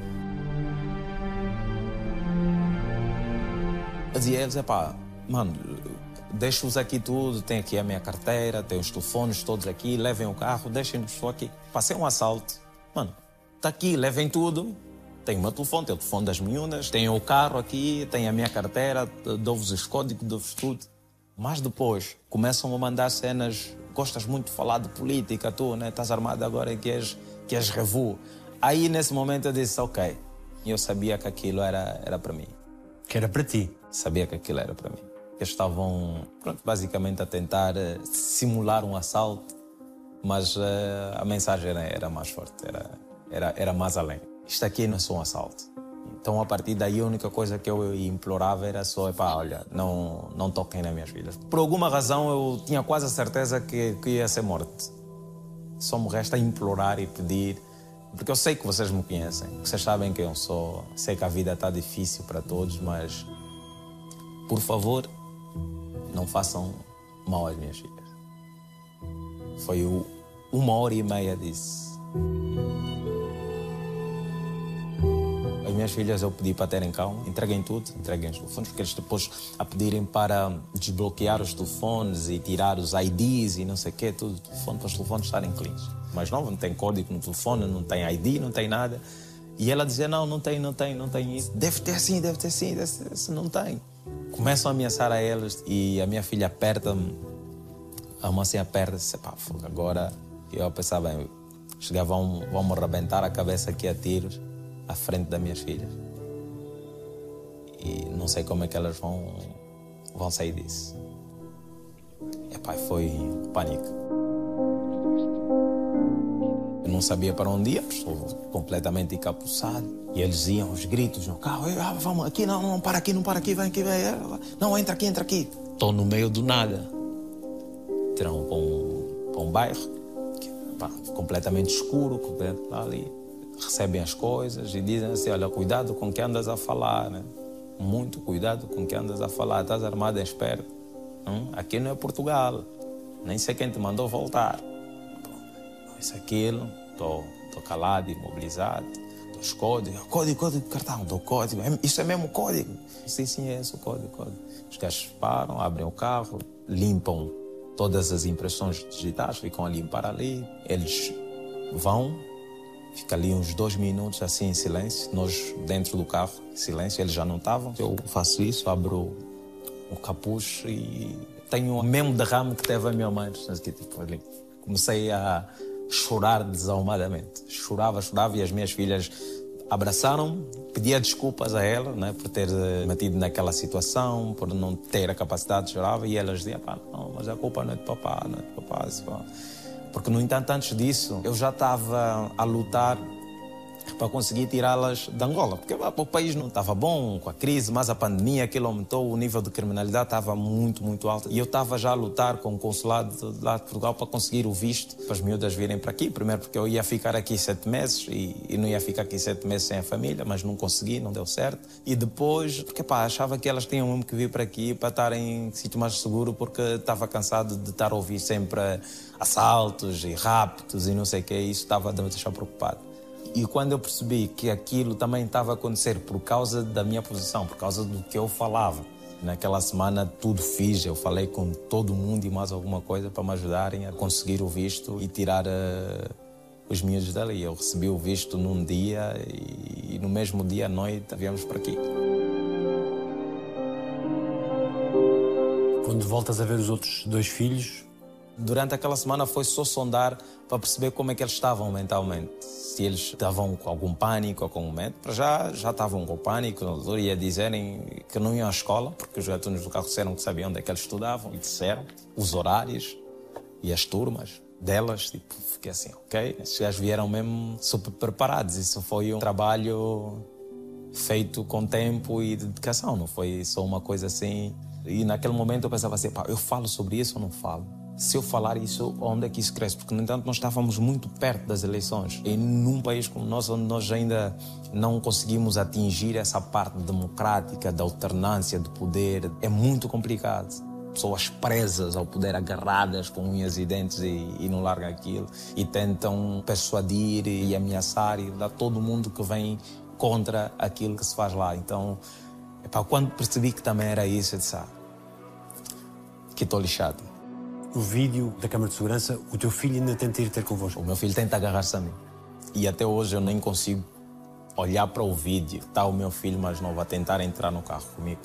Eu dizia a eles, epá, mano, deixo-vos aqui tudo, tem aqui a minha carteira, tem os telefones todos aqui, levem o carro, deixem-nos só aqui. Passei um assalto. Mano, está aqui, levem tudo. Tem o meu telefone, tem o telefone das miúdas, tem o carro aqui, tem a minha carteira, dou-vos os códigos, dou-vos tudo. Mas depois começam a mandar cenas, gostas muito de falar de política, tu, né? Estás armado agora e queres, queres revu. Aí, nesse momento, eu disse, ok. E eu sabia que aquilo era, era para mim. Que era para ti? Sabia que aquilo era para mim. Eles estavam, pronto, basicamente a tentar uh, simular um assalto, mas uh, a mensagem era, era mais forte, era, era, era mais além. Isto aqui não é só um assalto. Então, a partir daí, a única coisa que eu implorava era só, epá, olha, não, não toquem nas minhas filhas. Por alguma razão, eu tinha quase a certeza que, que ia ser morte. Só me resta implorar e pedir, porque eu sei que vocês me conhecem, que vocês sabem quem eu sou, sei que a vida está difícil para todos, mas, por favor, não façam mal às minhas filhas. Foi o, uma hora e meia disso. As minhas filhas eu pedi para terem calma, entreguem tudo, entreguem os telefones, porque eles depois a pedirem para desbloquear os telefones e tirar os I Ds e não sei o quê, tudo, telefone, para os telefones estarem cleans. Mas não, não tem código no telefone, não tem I D, não tem nada. E ela dizia, não, não tem, não tem, não tem isso. Deve ter sim, deve ter sim, deve ter, se não tem. Começam a ameaçar a eles e a minha filha aperta-me, a moça aperta, disse, pá, agora eu pensava, bem, chegavam, vão-me arrebentar a cabeça aqui a tiros à frente das minhas filhas. E não sei como é que elas vão, vão sair disso. E, pá, foi pânico. Eu não sabia para onde ia, estou completamente encapuçado. E eles iam, os gritos no carro, ah, vamos aqui, não, não, para aqui, não para aqui, vem aqui, vem. Não, entra aqui, entra aqui. Estou no meio do nada. Tiram para um, para um bairro, pá, completamente escuro, ali. Recebem as coisas e dizem assim, olha, cuidado com o que andas a falar, né? Muito cuidado com o que andas a falar, estás armado em esperto. Hum? Aqui não é Portugal, nem sei quem te mandou voltar. Bom, isso, aquilo, estou calado, imobilizado, dou os códigos, código, código de cartão, dou código, isso é mesmo código? Sim, sim, é esse o código, código. Os gajos param, abrem o carro, limpam todas as impressões digitais, ficam a limpar ali, eles vão. Fica ali uns dois minutos assim em silêncio, nós dentro do carro, em silêncio, eles já não estavam. Eu faço isso, abro o capuz e tenho o mesmo derrame que teve a minha mãe. Tipo, ali. Comecei a chorar desalmadamente. Chorava, chorava e as minhas filhas abraçaram, pedia desculpas a ela, né, por ter metido naquela situação, por não ter a capacidade de chorar, e elas diziam, pá, não, mas a culpa não é de papá, não é de papá. Porque, no entanto, antes disso, eu já estava a lutar para conseguir tirá-las de Angola. Porque o país não estava bom com a crise, mas a pandemia, aquilo aumentou, o nível de criminalidade estava muito, muito alto. E eu estava já a lutar com o consulado de lá de Portugal para conseguir o visto para as miúdas virem para aqui. Primeiro porque eu ia ficar aqui sete meses e, e não ia ficar aqui sete meses sem a família, mas não consegui, não deu certo. E depois, porque pá, achava que elas tinham mesmo que vir para aqui para estarem em sítio mais seguro, porque estava cansado de estar a ouvir sempre assaltos e raptos e não sei o que, e isso estava a me deixar preocupado. E quando eu percebi que aquilo também estava a acontecer por causa da minha posição, por causa do que eu falava, naquela semana tudo fiz, eu falei com todo mundo e mais alguma coisa para me ajudarem a conseguir o visto e tirar uh, os miúdos dali. Eu recebi o visto num dia e, e no mesmo dia à noite viemos para aqui. Quando voltas a ver os outros dois filhos... Durante aquela semana foi só sondar para perceber como é que eles estavam mentalmente. Se eles estavam com algum pânico, algum momento. Para já, já estavam com pânico. Na altura ia dizerem que não iam à escola, porque os gatunos do carro disseram que sabiam onde é que eles estudavam. E disseram os horários e as turmas delas. Tipo, fiquei assim, ok. Esses gajos vieram mesmo super preparados. Isso foi um trabalho feito com tempo e dedicação. Não foi só uma coisa assim. E naquele momento eu pensava assim, pá, eu falo sobre isso ou não falo? Se eu falar isso, onde é que isso cresce? Porque, no entanto, nós estávamos muito perto das eleições. E num país como o nosso, onde nós ainda não conseguimos atingir essa parte democrática, da alternância de poder, é muito complicado. Pessoas presas ao poder, agarradas com unhas e dentes e, e não largam aquilo. E tentam persuadir e ameaçar e dar todo mundo que vem contra aquilo que se faz lá. Então, epá, quando percebi que também era isso, eu disse, ah, que estou lixado. O vídeo da Câmara de Segurança, o teu filho ainda tenta ir ter convosco? O meu filho tenta agarrar-se a mim. E até hoje eu nem consigo olhar para o vídeo. Está o meu filho mais novo a tentar entrar no carro comigo.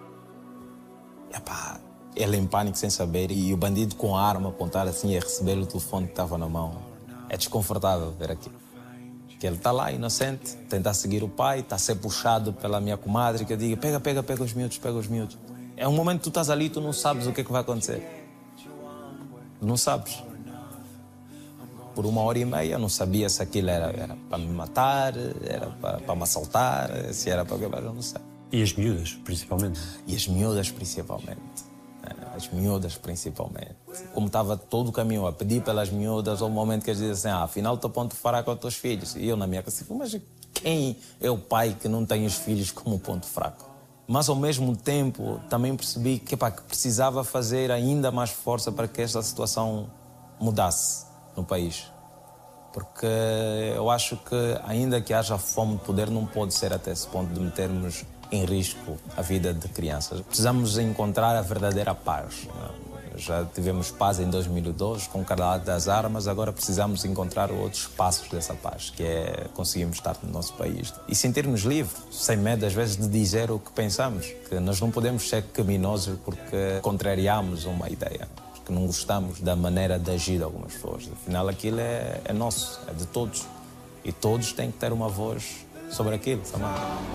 E, epá, ele em pânico sem saber. E o bandido com a arma apontar assim a receber o telefone que estava na mão. É desconfortável ver aquilo. Que ele está lá, inocente, tentar seguir o pai, está a ser puxado pela minha comadre, que eu digo, pega, pega, pega os miúdos, pega os miúdos. É um momento que tu estás ali e tu não sabes o que é que vai acontecer. Não sabes. Por uma hora e meia eu não sabia se aquilo era, era para me matar, era para, para me assaltar, se era para quebrar, eu não sei. E as miúdas, principalmente? E as miúdas, principalmente. As miúdas, principalmente. Como estava todo o caminho a pedir pelas miúdas, houve um momento que eles dizem assim, ah, afinal estou a ponto fraco com os teus filhos. E eu na minha casa, mas quem é o pai que não tem os filhos como ponto fraco? Mas, ao mesmo tempo, também percebi que, pá, que precisava fazer ainda mais força para que esta situação mudasse no país. Porque eu acho que, ainda que haja fome de poder, não pode ser até esse ponto de metermos em risco a vida de crianças. Precisamos encontrar a verdadeira paz. Já tivemos paz em dois mil e dois, com o caralho das armas, agora precisamos encontrar outros passos dessa paz, que é conseguirmos estar no nosso país e sentir-nos livres, sem medo às vezes de dizer o que pensamos, que nós não podemos ser criminosos porque contrariamos uma ideia, porque não gostamos da maneira de agir de algumas pessoas. Afinal, aquilo é, é nosso, é de todos, e todos têm que ter uma voz sobre aquilo também.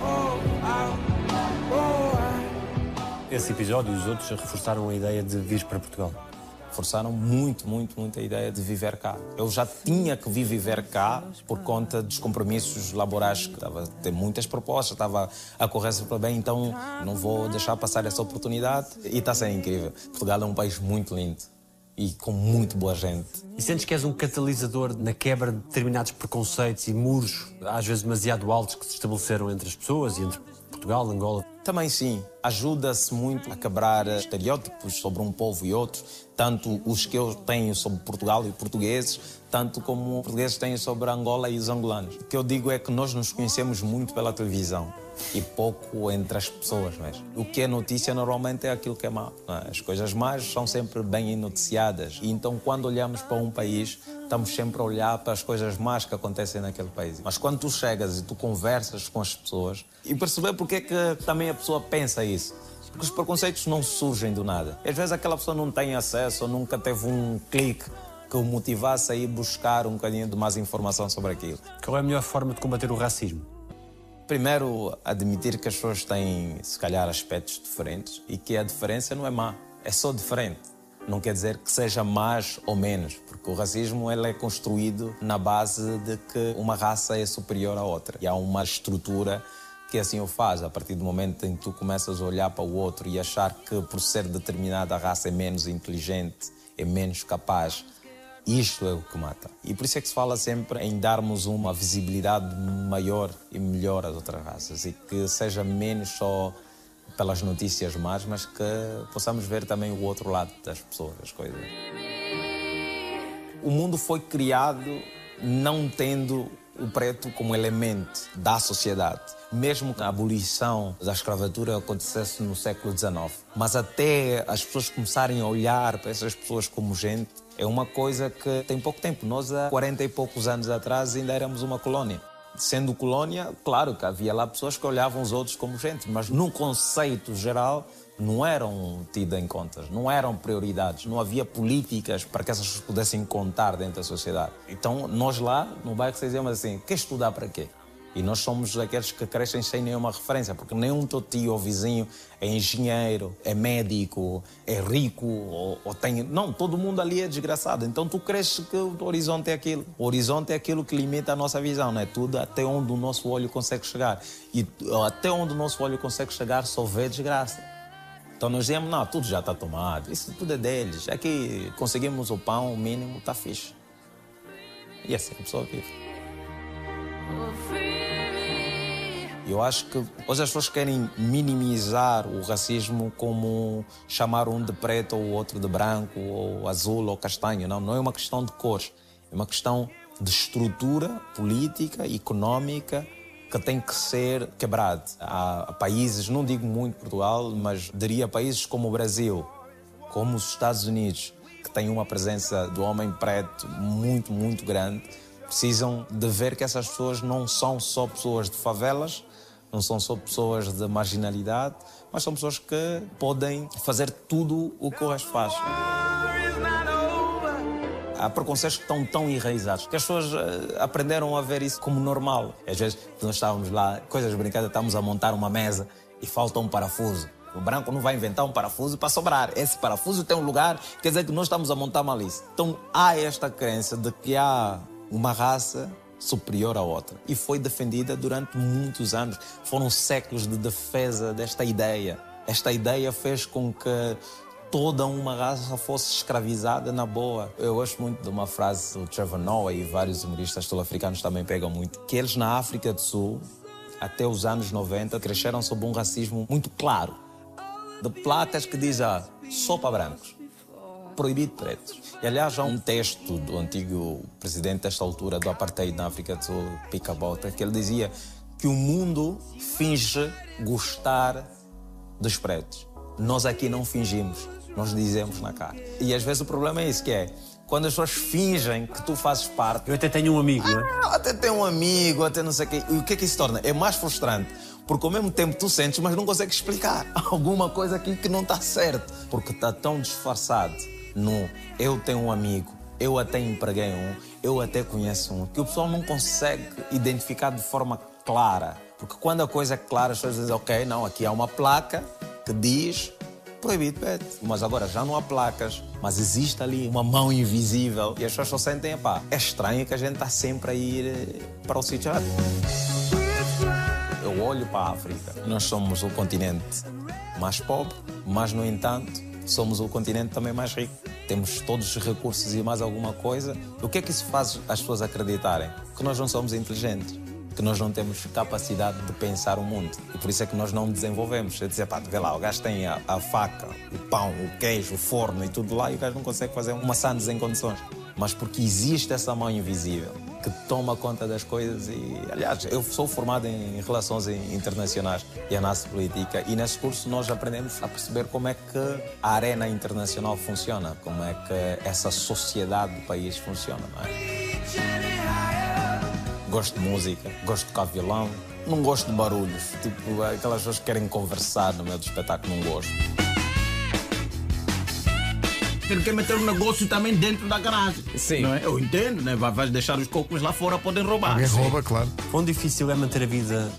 Esse episódio e os outros reforçaram a ideia de vir para Portugal? Forçaram muito, muito, muito a ideia de viver cá. Eu já tinha que vir viver cá por conta dos compromissos laborais. Estava a ter muitas propostas, estava a correr super bem, então não vou deixar passar essa oportunidade. E está a ser incrível. Portugal é um país muito lindo e com muito boa gente. E sentes que és um catalisador na quebra de determinados preconceitos e muros, às vezes demasiado altos, que se estabeleceram entre as pessoas e entre Portugal, Angola? Também sim, ajuda-se muito a quebrar estereótipos sobre um povo e outro, tanto os que eu tenho sobre Portugal e portugueses, tanto como os portugueses têm sobre Angola e os angolanos. O que eu digo é que nós nos conhecemos muito pela televisão e pouco entre as pessoas mesmo. O que é notícia normalmente é aquilo que é mau. As coisas más são sempre bem noticiadas. E então, quando olhamos para um país, estamos sempre a olhar para as coisas más que acontecem naquele país. Mas quando tu chegas e tu conversas com as pessoas e perceber porque é que também a pessoa pensa isso. Porque os preconceitos não surgem do nada. Às vezes aquela pessoa não tem acesso ou nunca teve um clique que o motivasse a ir buscar um bocadinho de mais informação sobre aquilo. Qual é a melhor forma de combater o racismo? Primeiro, admitir que as pessoas têm, se calhar, aspectos diferentes e que a diferença não é má, é só diferente. Não quer dizer que seja mais ou menos, porque o racismo ele é construído na base de que uma raça é superior à outra. E há uma estrutura que assim o faz. A partir do momento em que tu começas a olhar para o outro e achar que por ser determinada raça é menos inteligente, é menos capaz, isto é o que mata. E por isso é que se fala sempre em darmos uma visibilidade maior e melhor às outras raças e que seja menos só pelas notícias más, mas que possamos ver também o outro lado das pessoas, das coisas. O mundo foi criado não tendo o preto como elemento da sociedade. Mesmo que a abolição da escravatura acontecesse no século dezenove. Mas até as pessoas começarem a olhar para essas pessoas como gente, é uma coisa que tem pouco tempo. Nós, há quarenta e poucos anos atrás, ainda éramos uma colónia. Sendo colónia, claro que havia lá pessoas que olhavam os outros como gente, mas num conceito geral não eram tidas em contas, não eram prioridades, não havia políticas para que essas pessoas pudessem contar dentro da sociedade. Então, nós lá, no bairro, dizíamos assim, quer estudar para quê? E nós somos aqueles que crescem sem nenhuma referência, porque nenhum teu tio ou vizinho é engenheiro, é médico, é rico, ou, ou tem... Não, todo mundo ali é desgraçado. Então tu cresces que o horizonte é aquilo. O horizonte é aquilo que limita a nossa visão, não é? Tudo até onde o nosso olho consegue chegar. E até onde o nosso olho consegue chegar só vê desgraça. Então nós dizemos, não, tudo já está tomado, isso tudo é deles. É que conseguimos o pão, o mínimo, está fixe. E assim a pessoa vive. Eu acho que hoje as pessoas querem minimizar o racismo como chamar um de preto ou o outro de branco, ou azul ou castanho. Não, não é uma questão de cores, é uma questão de estrutura política, económica, que tem que ser quebrado. Há países, não digo muito Portugal, mas diria países como o Brasil, como os Estados Unidos, que têm uma presença do homem preto muito, muito grande, precisam de ver que essas pessoas não são só pessoas de favelas, não são só pessoas de marginalidade, mas são pessoas que podem fazer tudo o que o resto faz. Há preconceitos que estão tão enraizados que as pessoas aprenderam a ver isso como normal. Às vezes nós estávamos lá, coisas brincadas, estamos a montar uma mesa e falta um parafuso. O branco não vai inventar um parafuso para sobrar. Esse parafuso tem um lugar, quer dizer que nós estamos a montar uma lista. Então há esta crença de que há uma raça superior à outra. E foi defendida durante muitos anos. Foram séculos de defesa desta ideia. Esta ideia fez com que toda uma raça fosse escravizada na boa. Eu gosto muito de uma frase do Trevor Noah e vários humoristas sul-africanos também pegam muito, que eles na África do Sul, até os anos noventa, cresceram sob um racismo muito claro. De placas que diz ah, só para brancos, proibido pretos. E, aliás, há um texto do antigo presidente desta altura do apartheid na África do Sul, Pika Botha, que ele dizia que o mundo finge gostar dos pretos. Nós aqui não fingimos, nós dizemos na cara. E às vezes o problema é isso, que é quando as pessoas fingem que tu fazes parte... Eu até tenho um amigo, não é? Ah, até tenho um amigo, até não sei o quê. E o que é que isso torna? É mais frustrante. Porque ao mesmo tempo tu sentes, mas não consegues explicar. Alguma coisa aqui que não está certo. Porque está tão disfarçado no eu tenho um amigo, eu até empreguei um, eu até conheço um, que o pessoal não consegue identificar de forma clara. Porque quando a coisa é clara, as pessoas dizem, ok, não, aqui há uma placa que diz proibido preto. Mas agora já não há placas, mas existe ali uma mão invisível e as pessoas só sentem, pá, é estranho que a gente está sempre a ir para o sítio errado. Eu olho para a África, nós somos o continente mais pobre, mas no entanto somos o continente também mais rico. Temos todos os recursos e mais alguma coisa. O que é que isso faz as pessoas acreditarem? Que nós não somos inteligentes, que nós não temos capacidade de pensar o mundo. E por isso é que nós não desenvolvemos. É dizer, pá, vê lá, o gajo tem a, a faca, o pão, o queijo, o forno e tudo lá, e o gajo não consegue fazer uma sandes em condições. Mas porque existe essa mão invisível que toma conta das coisas e, aliás, eu sou formado em relações internacionais e análise política e nesse curso nós aprendemos a perceber como é que a arena internacional funciona, como é que essa sociedade do país funciona, não é? Gosto de música, gosto de tocar violão, não gosto de barulhos, tipo aquelas pessoas que querem conversar no meio do espetáculo, não gosto. Ele quer meter um negócio também dentro da garagem. Sim. Não é? Eu entendo, né? Vais deixar os cocos lá fora, podem roubar. Alguém rouba, claro. Quão difícil é manter a vida que tu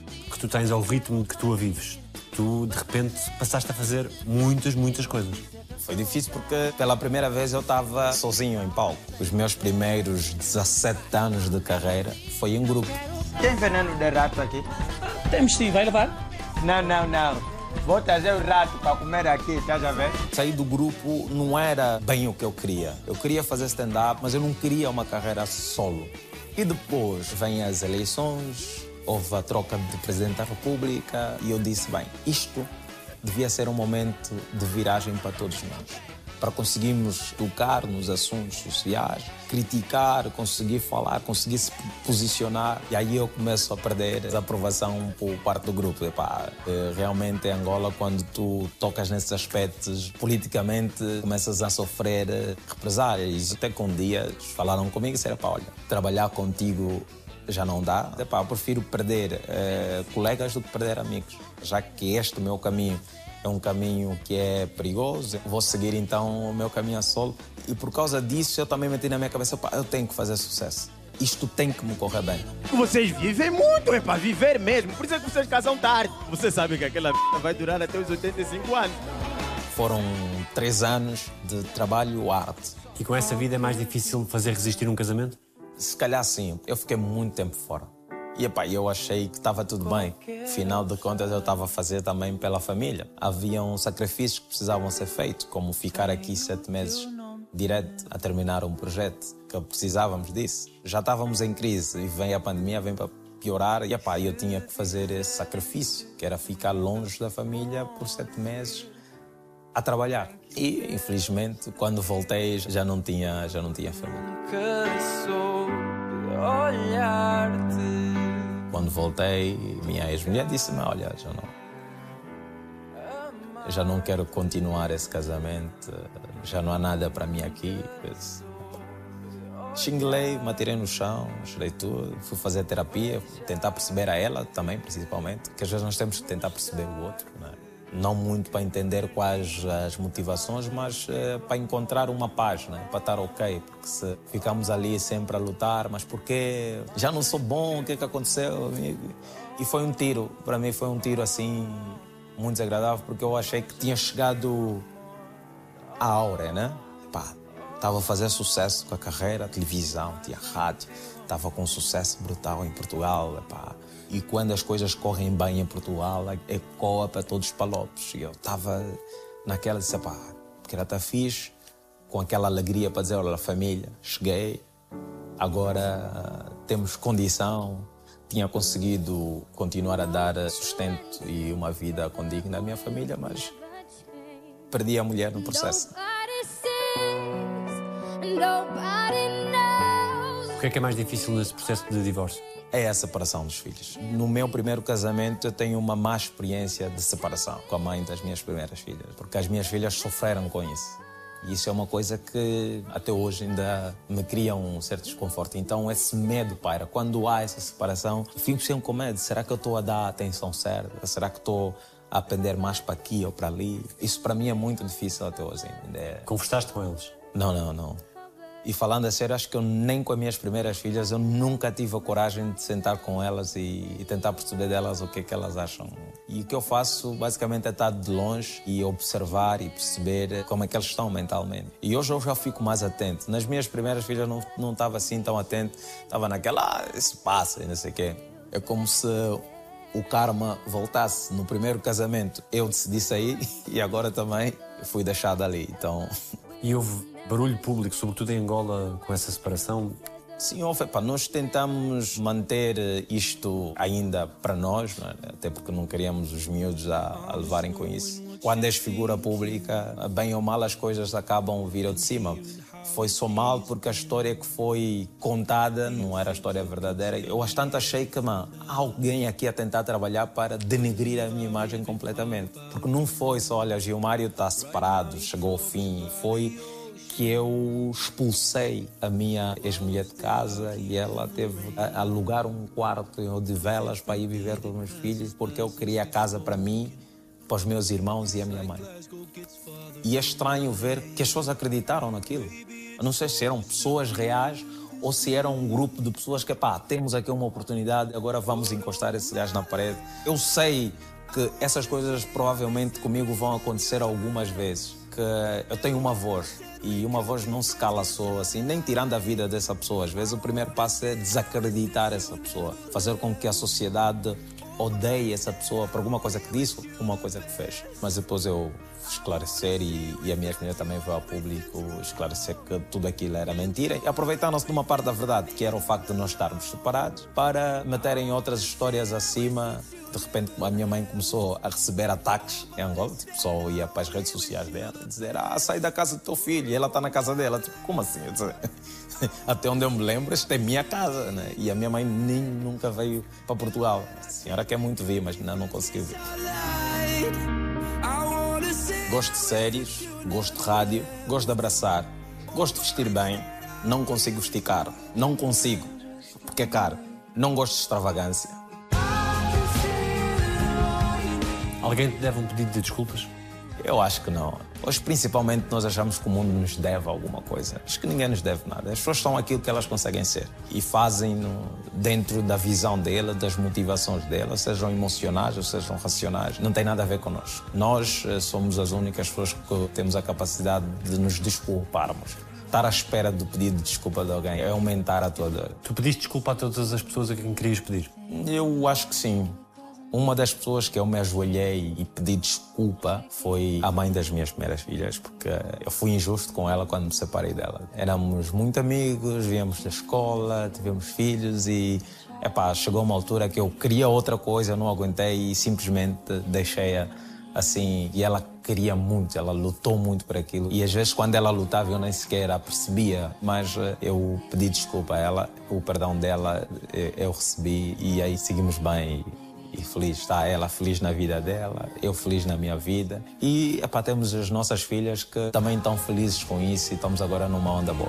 tu tens ao ritmo que tu a vives, tu de repente passaste a fazer muitas, muitas coisas. Foi difícil porque pela primeira vez eu estava sozinho em palco. Os meus primeiros dezassete anos de carreira foi em grupo. Tem veneno de rato aqui? Temos sim, vai levar? Não, não, não. Vou trazer o rato para comer aqui, estás a ver? Sair do grupo não era bem o que eu queria. Eu queria fazer stand-up, mas eu não queria uma carreira solo. E depois vêm as eleições, houve a troca de Presidente da República e eu disse, bem, isto devia ser um momento de viragem para todos nós. Para conseguirmos tocar nos assuntos sociais, criticar, conseguir falar, conseguir se posicionar. E aí eu começo a perder a aprovação por parte do grupo. Epá, realmente em Angola, quando tu tocas nesses aspectos, politicamente começas a sofrer represálias. Até que um dia falaram comigo e disseram, olha, trabalhar contigo já não dá. Epá, eu prefiro perder eh, colegas do que perder amigos. Já que este meu caminho é um caminho que é perigoso, vou seguir então o meu caminho a solo. E por causa disso eu também meti na minha cabeça, pá, eu tenho que fazer sucesso. Isto tem que me correr bem. Vocês vivem muito, é para viver mesmo. Por isso é que vocês casam tarde. Você sabe que aquela vai durar até os oitenta e cinco anos. Foram três anos de trabalho arte. E com essa vida é mais difícil fazer resistir um casamento? Se calhar sim. Eu fiquei muito tempo fora. E epá, eu achei que estava tudo bem. Afinal de contas, eu estava a fazer também pela família. Haviam sacrifícios que precisavam ser feitos, como ficar aqui sete meses direto a terminar um projeto, que precisávamos disso. Já estávamos em crise e vem a pandemia, vem para piorar. E epá, eu tinha que fazer esse sacrifício, que era ficar longe da família por sete meses a trabalhar. E, infelizmente, quando voltei, já não tinha, já não tinha família. Quando voltei, minha ex-mulher disse-me, olha, já não, já não quero continuar esse casamento, já não há nada para mim aqui. Xinguei, me atirei no chão, chorei tudo, fui fazer terapia, tentar perceber a ela também, principalmente, que às vezes nós temos que tentar perceber o outro, não é? Não muito para entender quais as motivações, mas é, para encontrar uma paz, né? Para estar ok. Porque se ficamos ali sempre a lutar, mas porquê? Já não sou bom, o que é que aconteceu? E foi um tiro, para mim foi um tiro assim, muito desagradável, porque eu achei que tinha chegado a aura, né? Pá, estava a fazer sucesso com a carreira, a televisão, tinha rádio, estava com um sucesso brutal em Portugal, pá. E quando as coisas correm bem em Portugal, ecoa para todos os palopes. E eu estava naquela, disse, pá, porque era tá fixe, com aquela alegria para dizer, olha, família, cheguei, agora temos condição, tinha conseguido continuar a dar sustento e uma vida condigna à minha família, mas perdi a mulher no processo. O que é que é mais difícil nesse processo de divórcio? É a separação dos filhos. No meu primeiro casamento, eu tenho uma má experiência de separação com a mãe das minhas primeiras filhas, porque as minhas filhas sofreram com isso. E isso é uma coisa que até hoje ainda me cria um certo desconforto. Então esse medo paira. Quando há essa separação, eu fico sempre com medo. Será que eu estou a dar a atenção certa? Será que estou a aprender mais para aqui ou para ali? Isso para mim é muito difícil até hoje ainda. É... Conversaste com eles? Não, não, não. E falando a sério, acho que eu nem com as minhas primeiras filhas, eu nunca tive a coragem de sentar com elas e, e tentar perceber delas o que é que elas acham. E o que eu faço, basicamente, é estar de longe e observar e perceber como é que eles estão mentalmente. E hoje eu já fico mais atento. Nas minhas primeiras filhas não, não estava assim tão atento. Estava naquela, ah, isso passa e não sei o quê. É como se o karma voltasse. No primeiro casamento eu decidi sair e agora também fui deixado ali. Então... E houve barulho público, sobretudo em Angola, com essa separação? Sim, houve. Pá, nós tentamos manter isto ainda para nós, não é? Até porque não queríamos os miúdos a, a levarem com isso. Quando és figura pública, bem ou mal as coisas acabam vir de cima. Foi só mal porque a história que foi contada não era a história verdadeira. Eu bastante achei que, man, há alguém aqui a tentar trabalhar para denegrir a minha imagem completamente. Porque não foi só, olha, Gilmário está separado, chegou ao fim. Foi que eu expulsei a minha ex-mulher de casa e ela teve a alugar um quarto em Odivelas para ir viver com os meus filhos porque eu queria a casa para mim, para os meus irmãos e a minha mãe. E é estranho ver que as pessoas acreditaram naquilo. Eu não sei se eram pessoas reais ou se era um grupo de pessoas que, pá, temos aqui uma oportunidade, agora vamos encostar esse gajo na parede. Eu sei que essas coisas provavelmente comigo vão acontecer algumas vezes, que eu tenho uma voz e uma voz não se cala só assim, nem tirando a vida dessa pessoa. Às vezes o primeiro passo é desacreditar essa pessoa, fazer com que a sociedade odeie essa pessoa por alguma coisa que disse, alguma coisa que fez. Mas depois eu esclarecer e, e a minha família também veio ao público esclarecer que tudo aquilo era mentira, e aproveitaram-se de uma parte da verdade, que era o facto de nós estarmos separados, para meterem outras histórias acima. De repente a minha mãe começou a receber ataques em Angola, tipo, só ia para as redes sociais dela dizer: ah, sai da casa do teu filho, e ela está na casa dela. Tipo, como assim? Até onde eu me lembro, esta é minha casa, né? E a minha mãe nem nunca veio para Portugal. A senhora quer muito vir, mas não, não conseguiu vir. Gosto de séries, gosto de rádio, gosto de abraçar, gosto de vestir bem, não consigo esticar, não consigo, porque é caro, não gosto de extravagância. Alguém te deve um pedido de desculpas? Eu acho que não. Hoje, principalmente, nós achamos que o mundo nos deve alguma coisa. Acho que ninguém nos deve nada. As pessoas são aquilo que elas conseguem ser e fazem dentro da visão dela, das motivações dela, sejam emocionais ou sejam racionais. Não tem nada a ver connosco. Nós somos as únicas pessoas que temos a capacidade de nos desculparmos. Estar à espera do pedido de desculpa de alguém é aumentar a tua dor. Tu pediste desculpa a todas as pessoas a quem querias pedir? Eu acho que sim. Uma das pessoas que eu me ajoelhei e pedi desculpa foi a mãe das minhas primeiras filhas, porque eu fui injusto com ela quando me separei dela. Éramos muito amigos, viemos da escola, tivemos filhos e epá, chegou uma altura que eu queria outra coisa, eu não aguentei e simplesmente deixei-a assim. E ela queria muito, ela lutou muito por aquilo. E às vezes quando ela lutava eu nem sequer a percebia, mas eu pedi desculpa a ela, o perdão dela eu recebi e aí seguimos bem. E feliz, está ela feliz na vida dela, eu feliz na minha vida. E epá, temos as nossas filhas que também estão felizes com isso e estamos agora numa onda boa.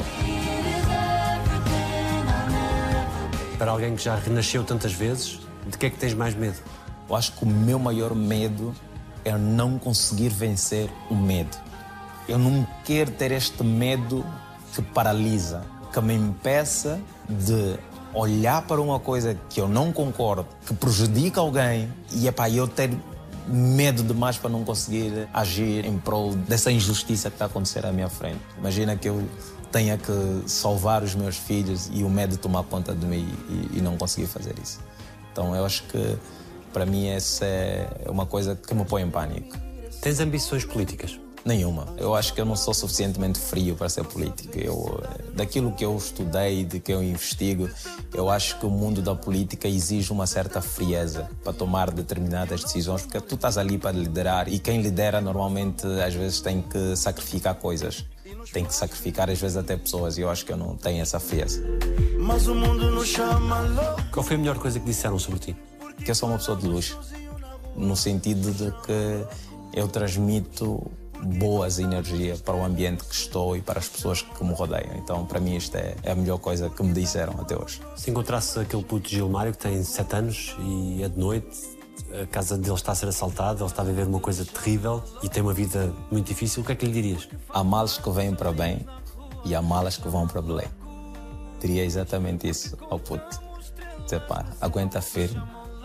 Para alguém que já renasceu tantas vezes, de que é que tens mais medo? Eu acho que o meu maior medo é não conseguir vencer o medo. Eu não quero ter este medo que paralisa, que me impeça de olhar para uma coisa que eu não concordo, que prejudica alguém, e epá, eu ter medo demais para não conseguir agir em prol dessa injustiça que está a acontecer à minha frente. Imagina que eu tenha que salvar os meus filhos e o medo tomar conta de mim e, e não conseguir fazer isso. Então eu acho que para mim essa é uma coisa que me põe em pânico. Tens ambições políticas? Nenhuma. Eu acho que eu não sou suficientemente frio para ser político. Eu, daquilo que eu estudei, de que eu investigo, eu acho que o mundo da política exige uma certa frieza para tomar determinadas decisões, porque tu estás ali para liderar e quem lidera normalmente às vezes tem que sacrificar coisas. Tem que sacrificar às vezes até pessoas e eu acho que eu não tenho essa frieza. Mas o mundo nos chama louco. Qual foi a melhor coisa que disseram sobre ti? Que eu sou uma pessoa de luz, no sentido de que eu transmito boas energias para o ambiente que estou e para as pessoas que me rodeiam. Então, para mim, isto é a melhor coisa que me disseram até hoje. Se encontrasse aquele puto Gilmário que tem sete anos e é de noite, a casa dele está a ser assaltada, ele está a viver uma coisa terrível e tem uma vida muito difícil, o que é que lhe dirias? Há males que vêm para bem e há malas que vão para Belém. Diria exatamente isso ao puto. Dizer, pá, aguenta firme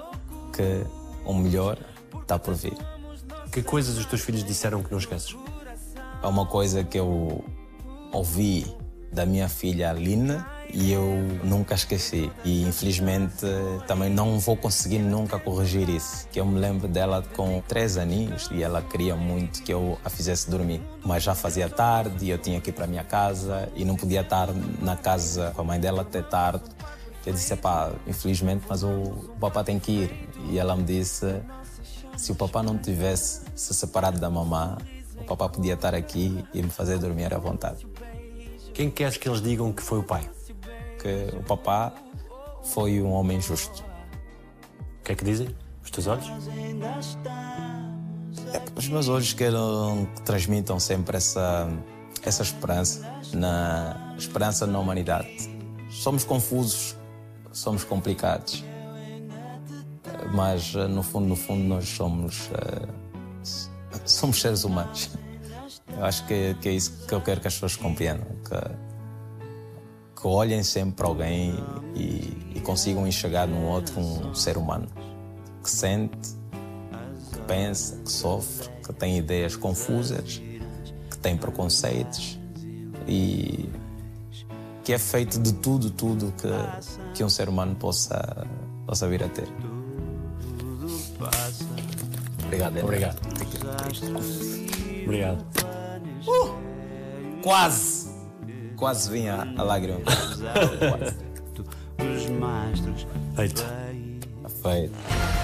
que o melhor está por vir. Que coisas os teus filhos disseram que não esqueces? É uma coisa que eu ouvi da minha filha Aline e eu nunca esqueci. E infelizmente também não vou conseguir nunca corrigir isso. Que eu me lembro dela com três aninhos e ela queria muito que eu a fizesse dormir. Mas já fazia tarde e eu tinha que ir para a minha casa e não podia estar na casa com a mãe dela até tarde. Eu disse, pá, infelizmente, mas o, o papá tem que ir. E ela me disse, se o papá não tivesse se separado da mamã, o papá podia estar aqui e me fazer dormir à vontade. Quem queres que eles digam que foi o pai? Que o papá foi um homem justo. O que é que dizem? Os teus olhos? É, os meus olhos queiram que transmitam sempre essa, essa esperança, na esperança na humanidade. Somos confusos, somos complicados, mas no fundo, no fundo, nós somos, uh, somos seres humanos. Eu acho que, que é isso que eu quero que as pessoas compreendam, que, que olhem sempre para alguém e, e consigam enxergar no outro um ser humano que sente, que pensa, que sofre, que tem ideias confusas, que tem preconceitos e que é feito de tudo, tudo que, que um ser humano possa, possa vir a ter. Obrigado, André. Obrigado. Obrigado. Uh, quase! Quase vinha a lágrima. Quase. Feito. Feito.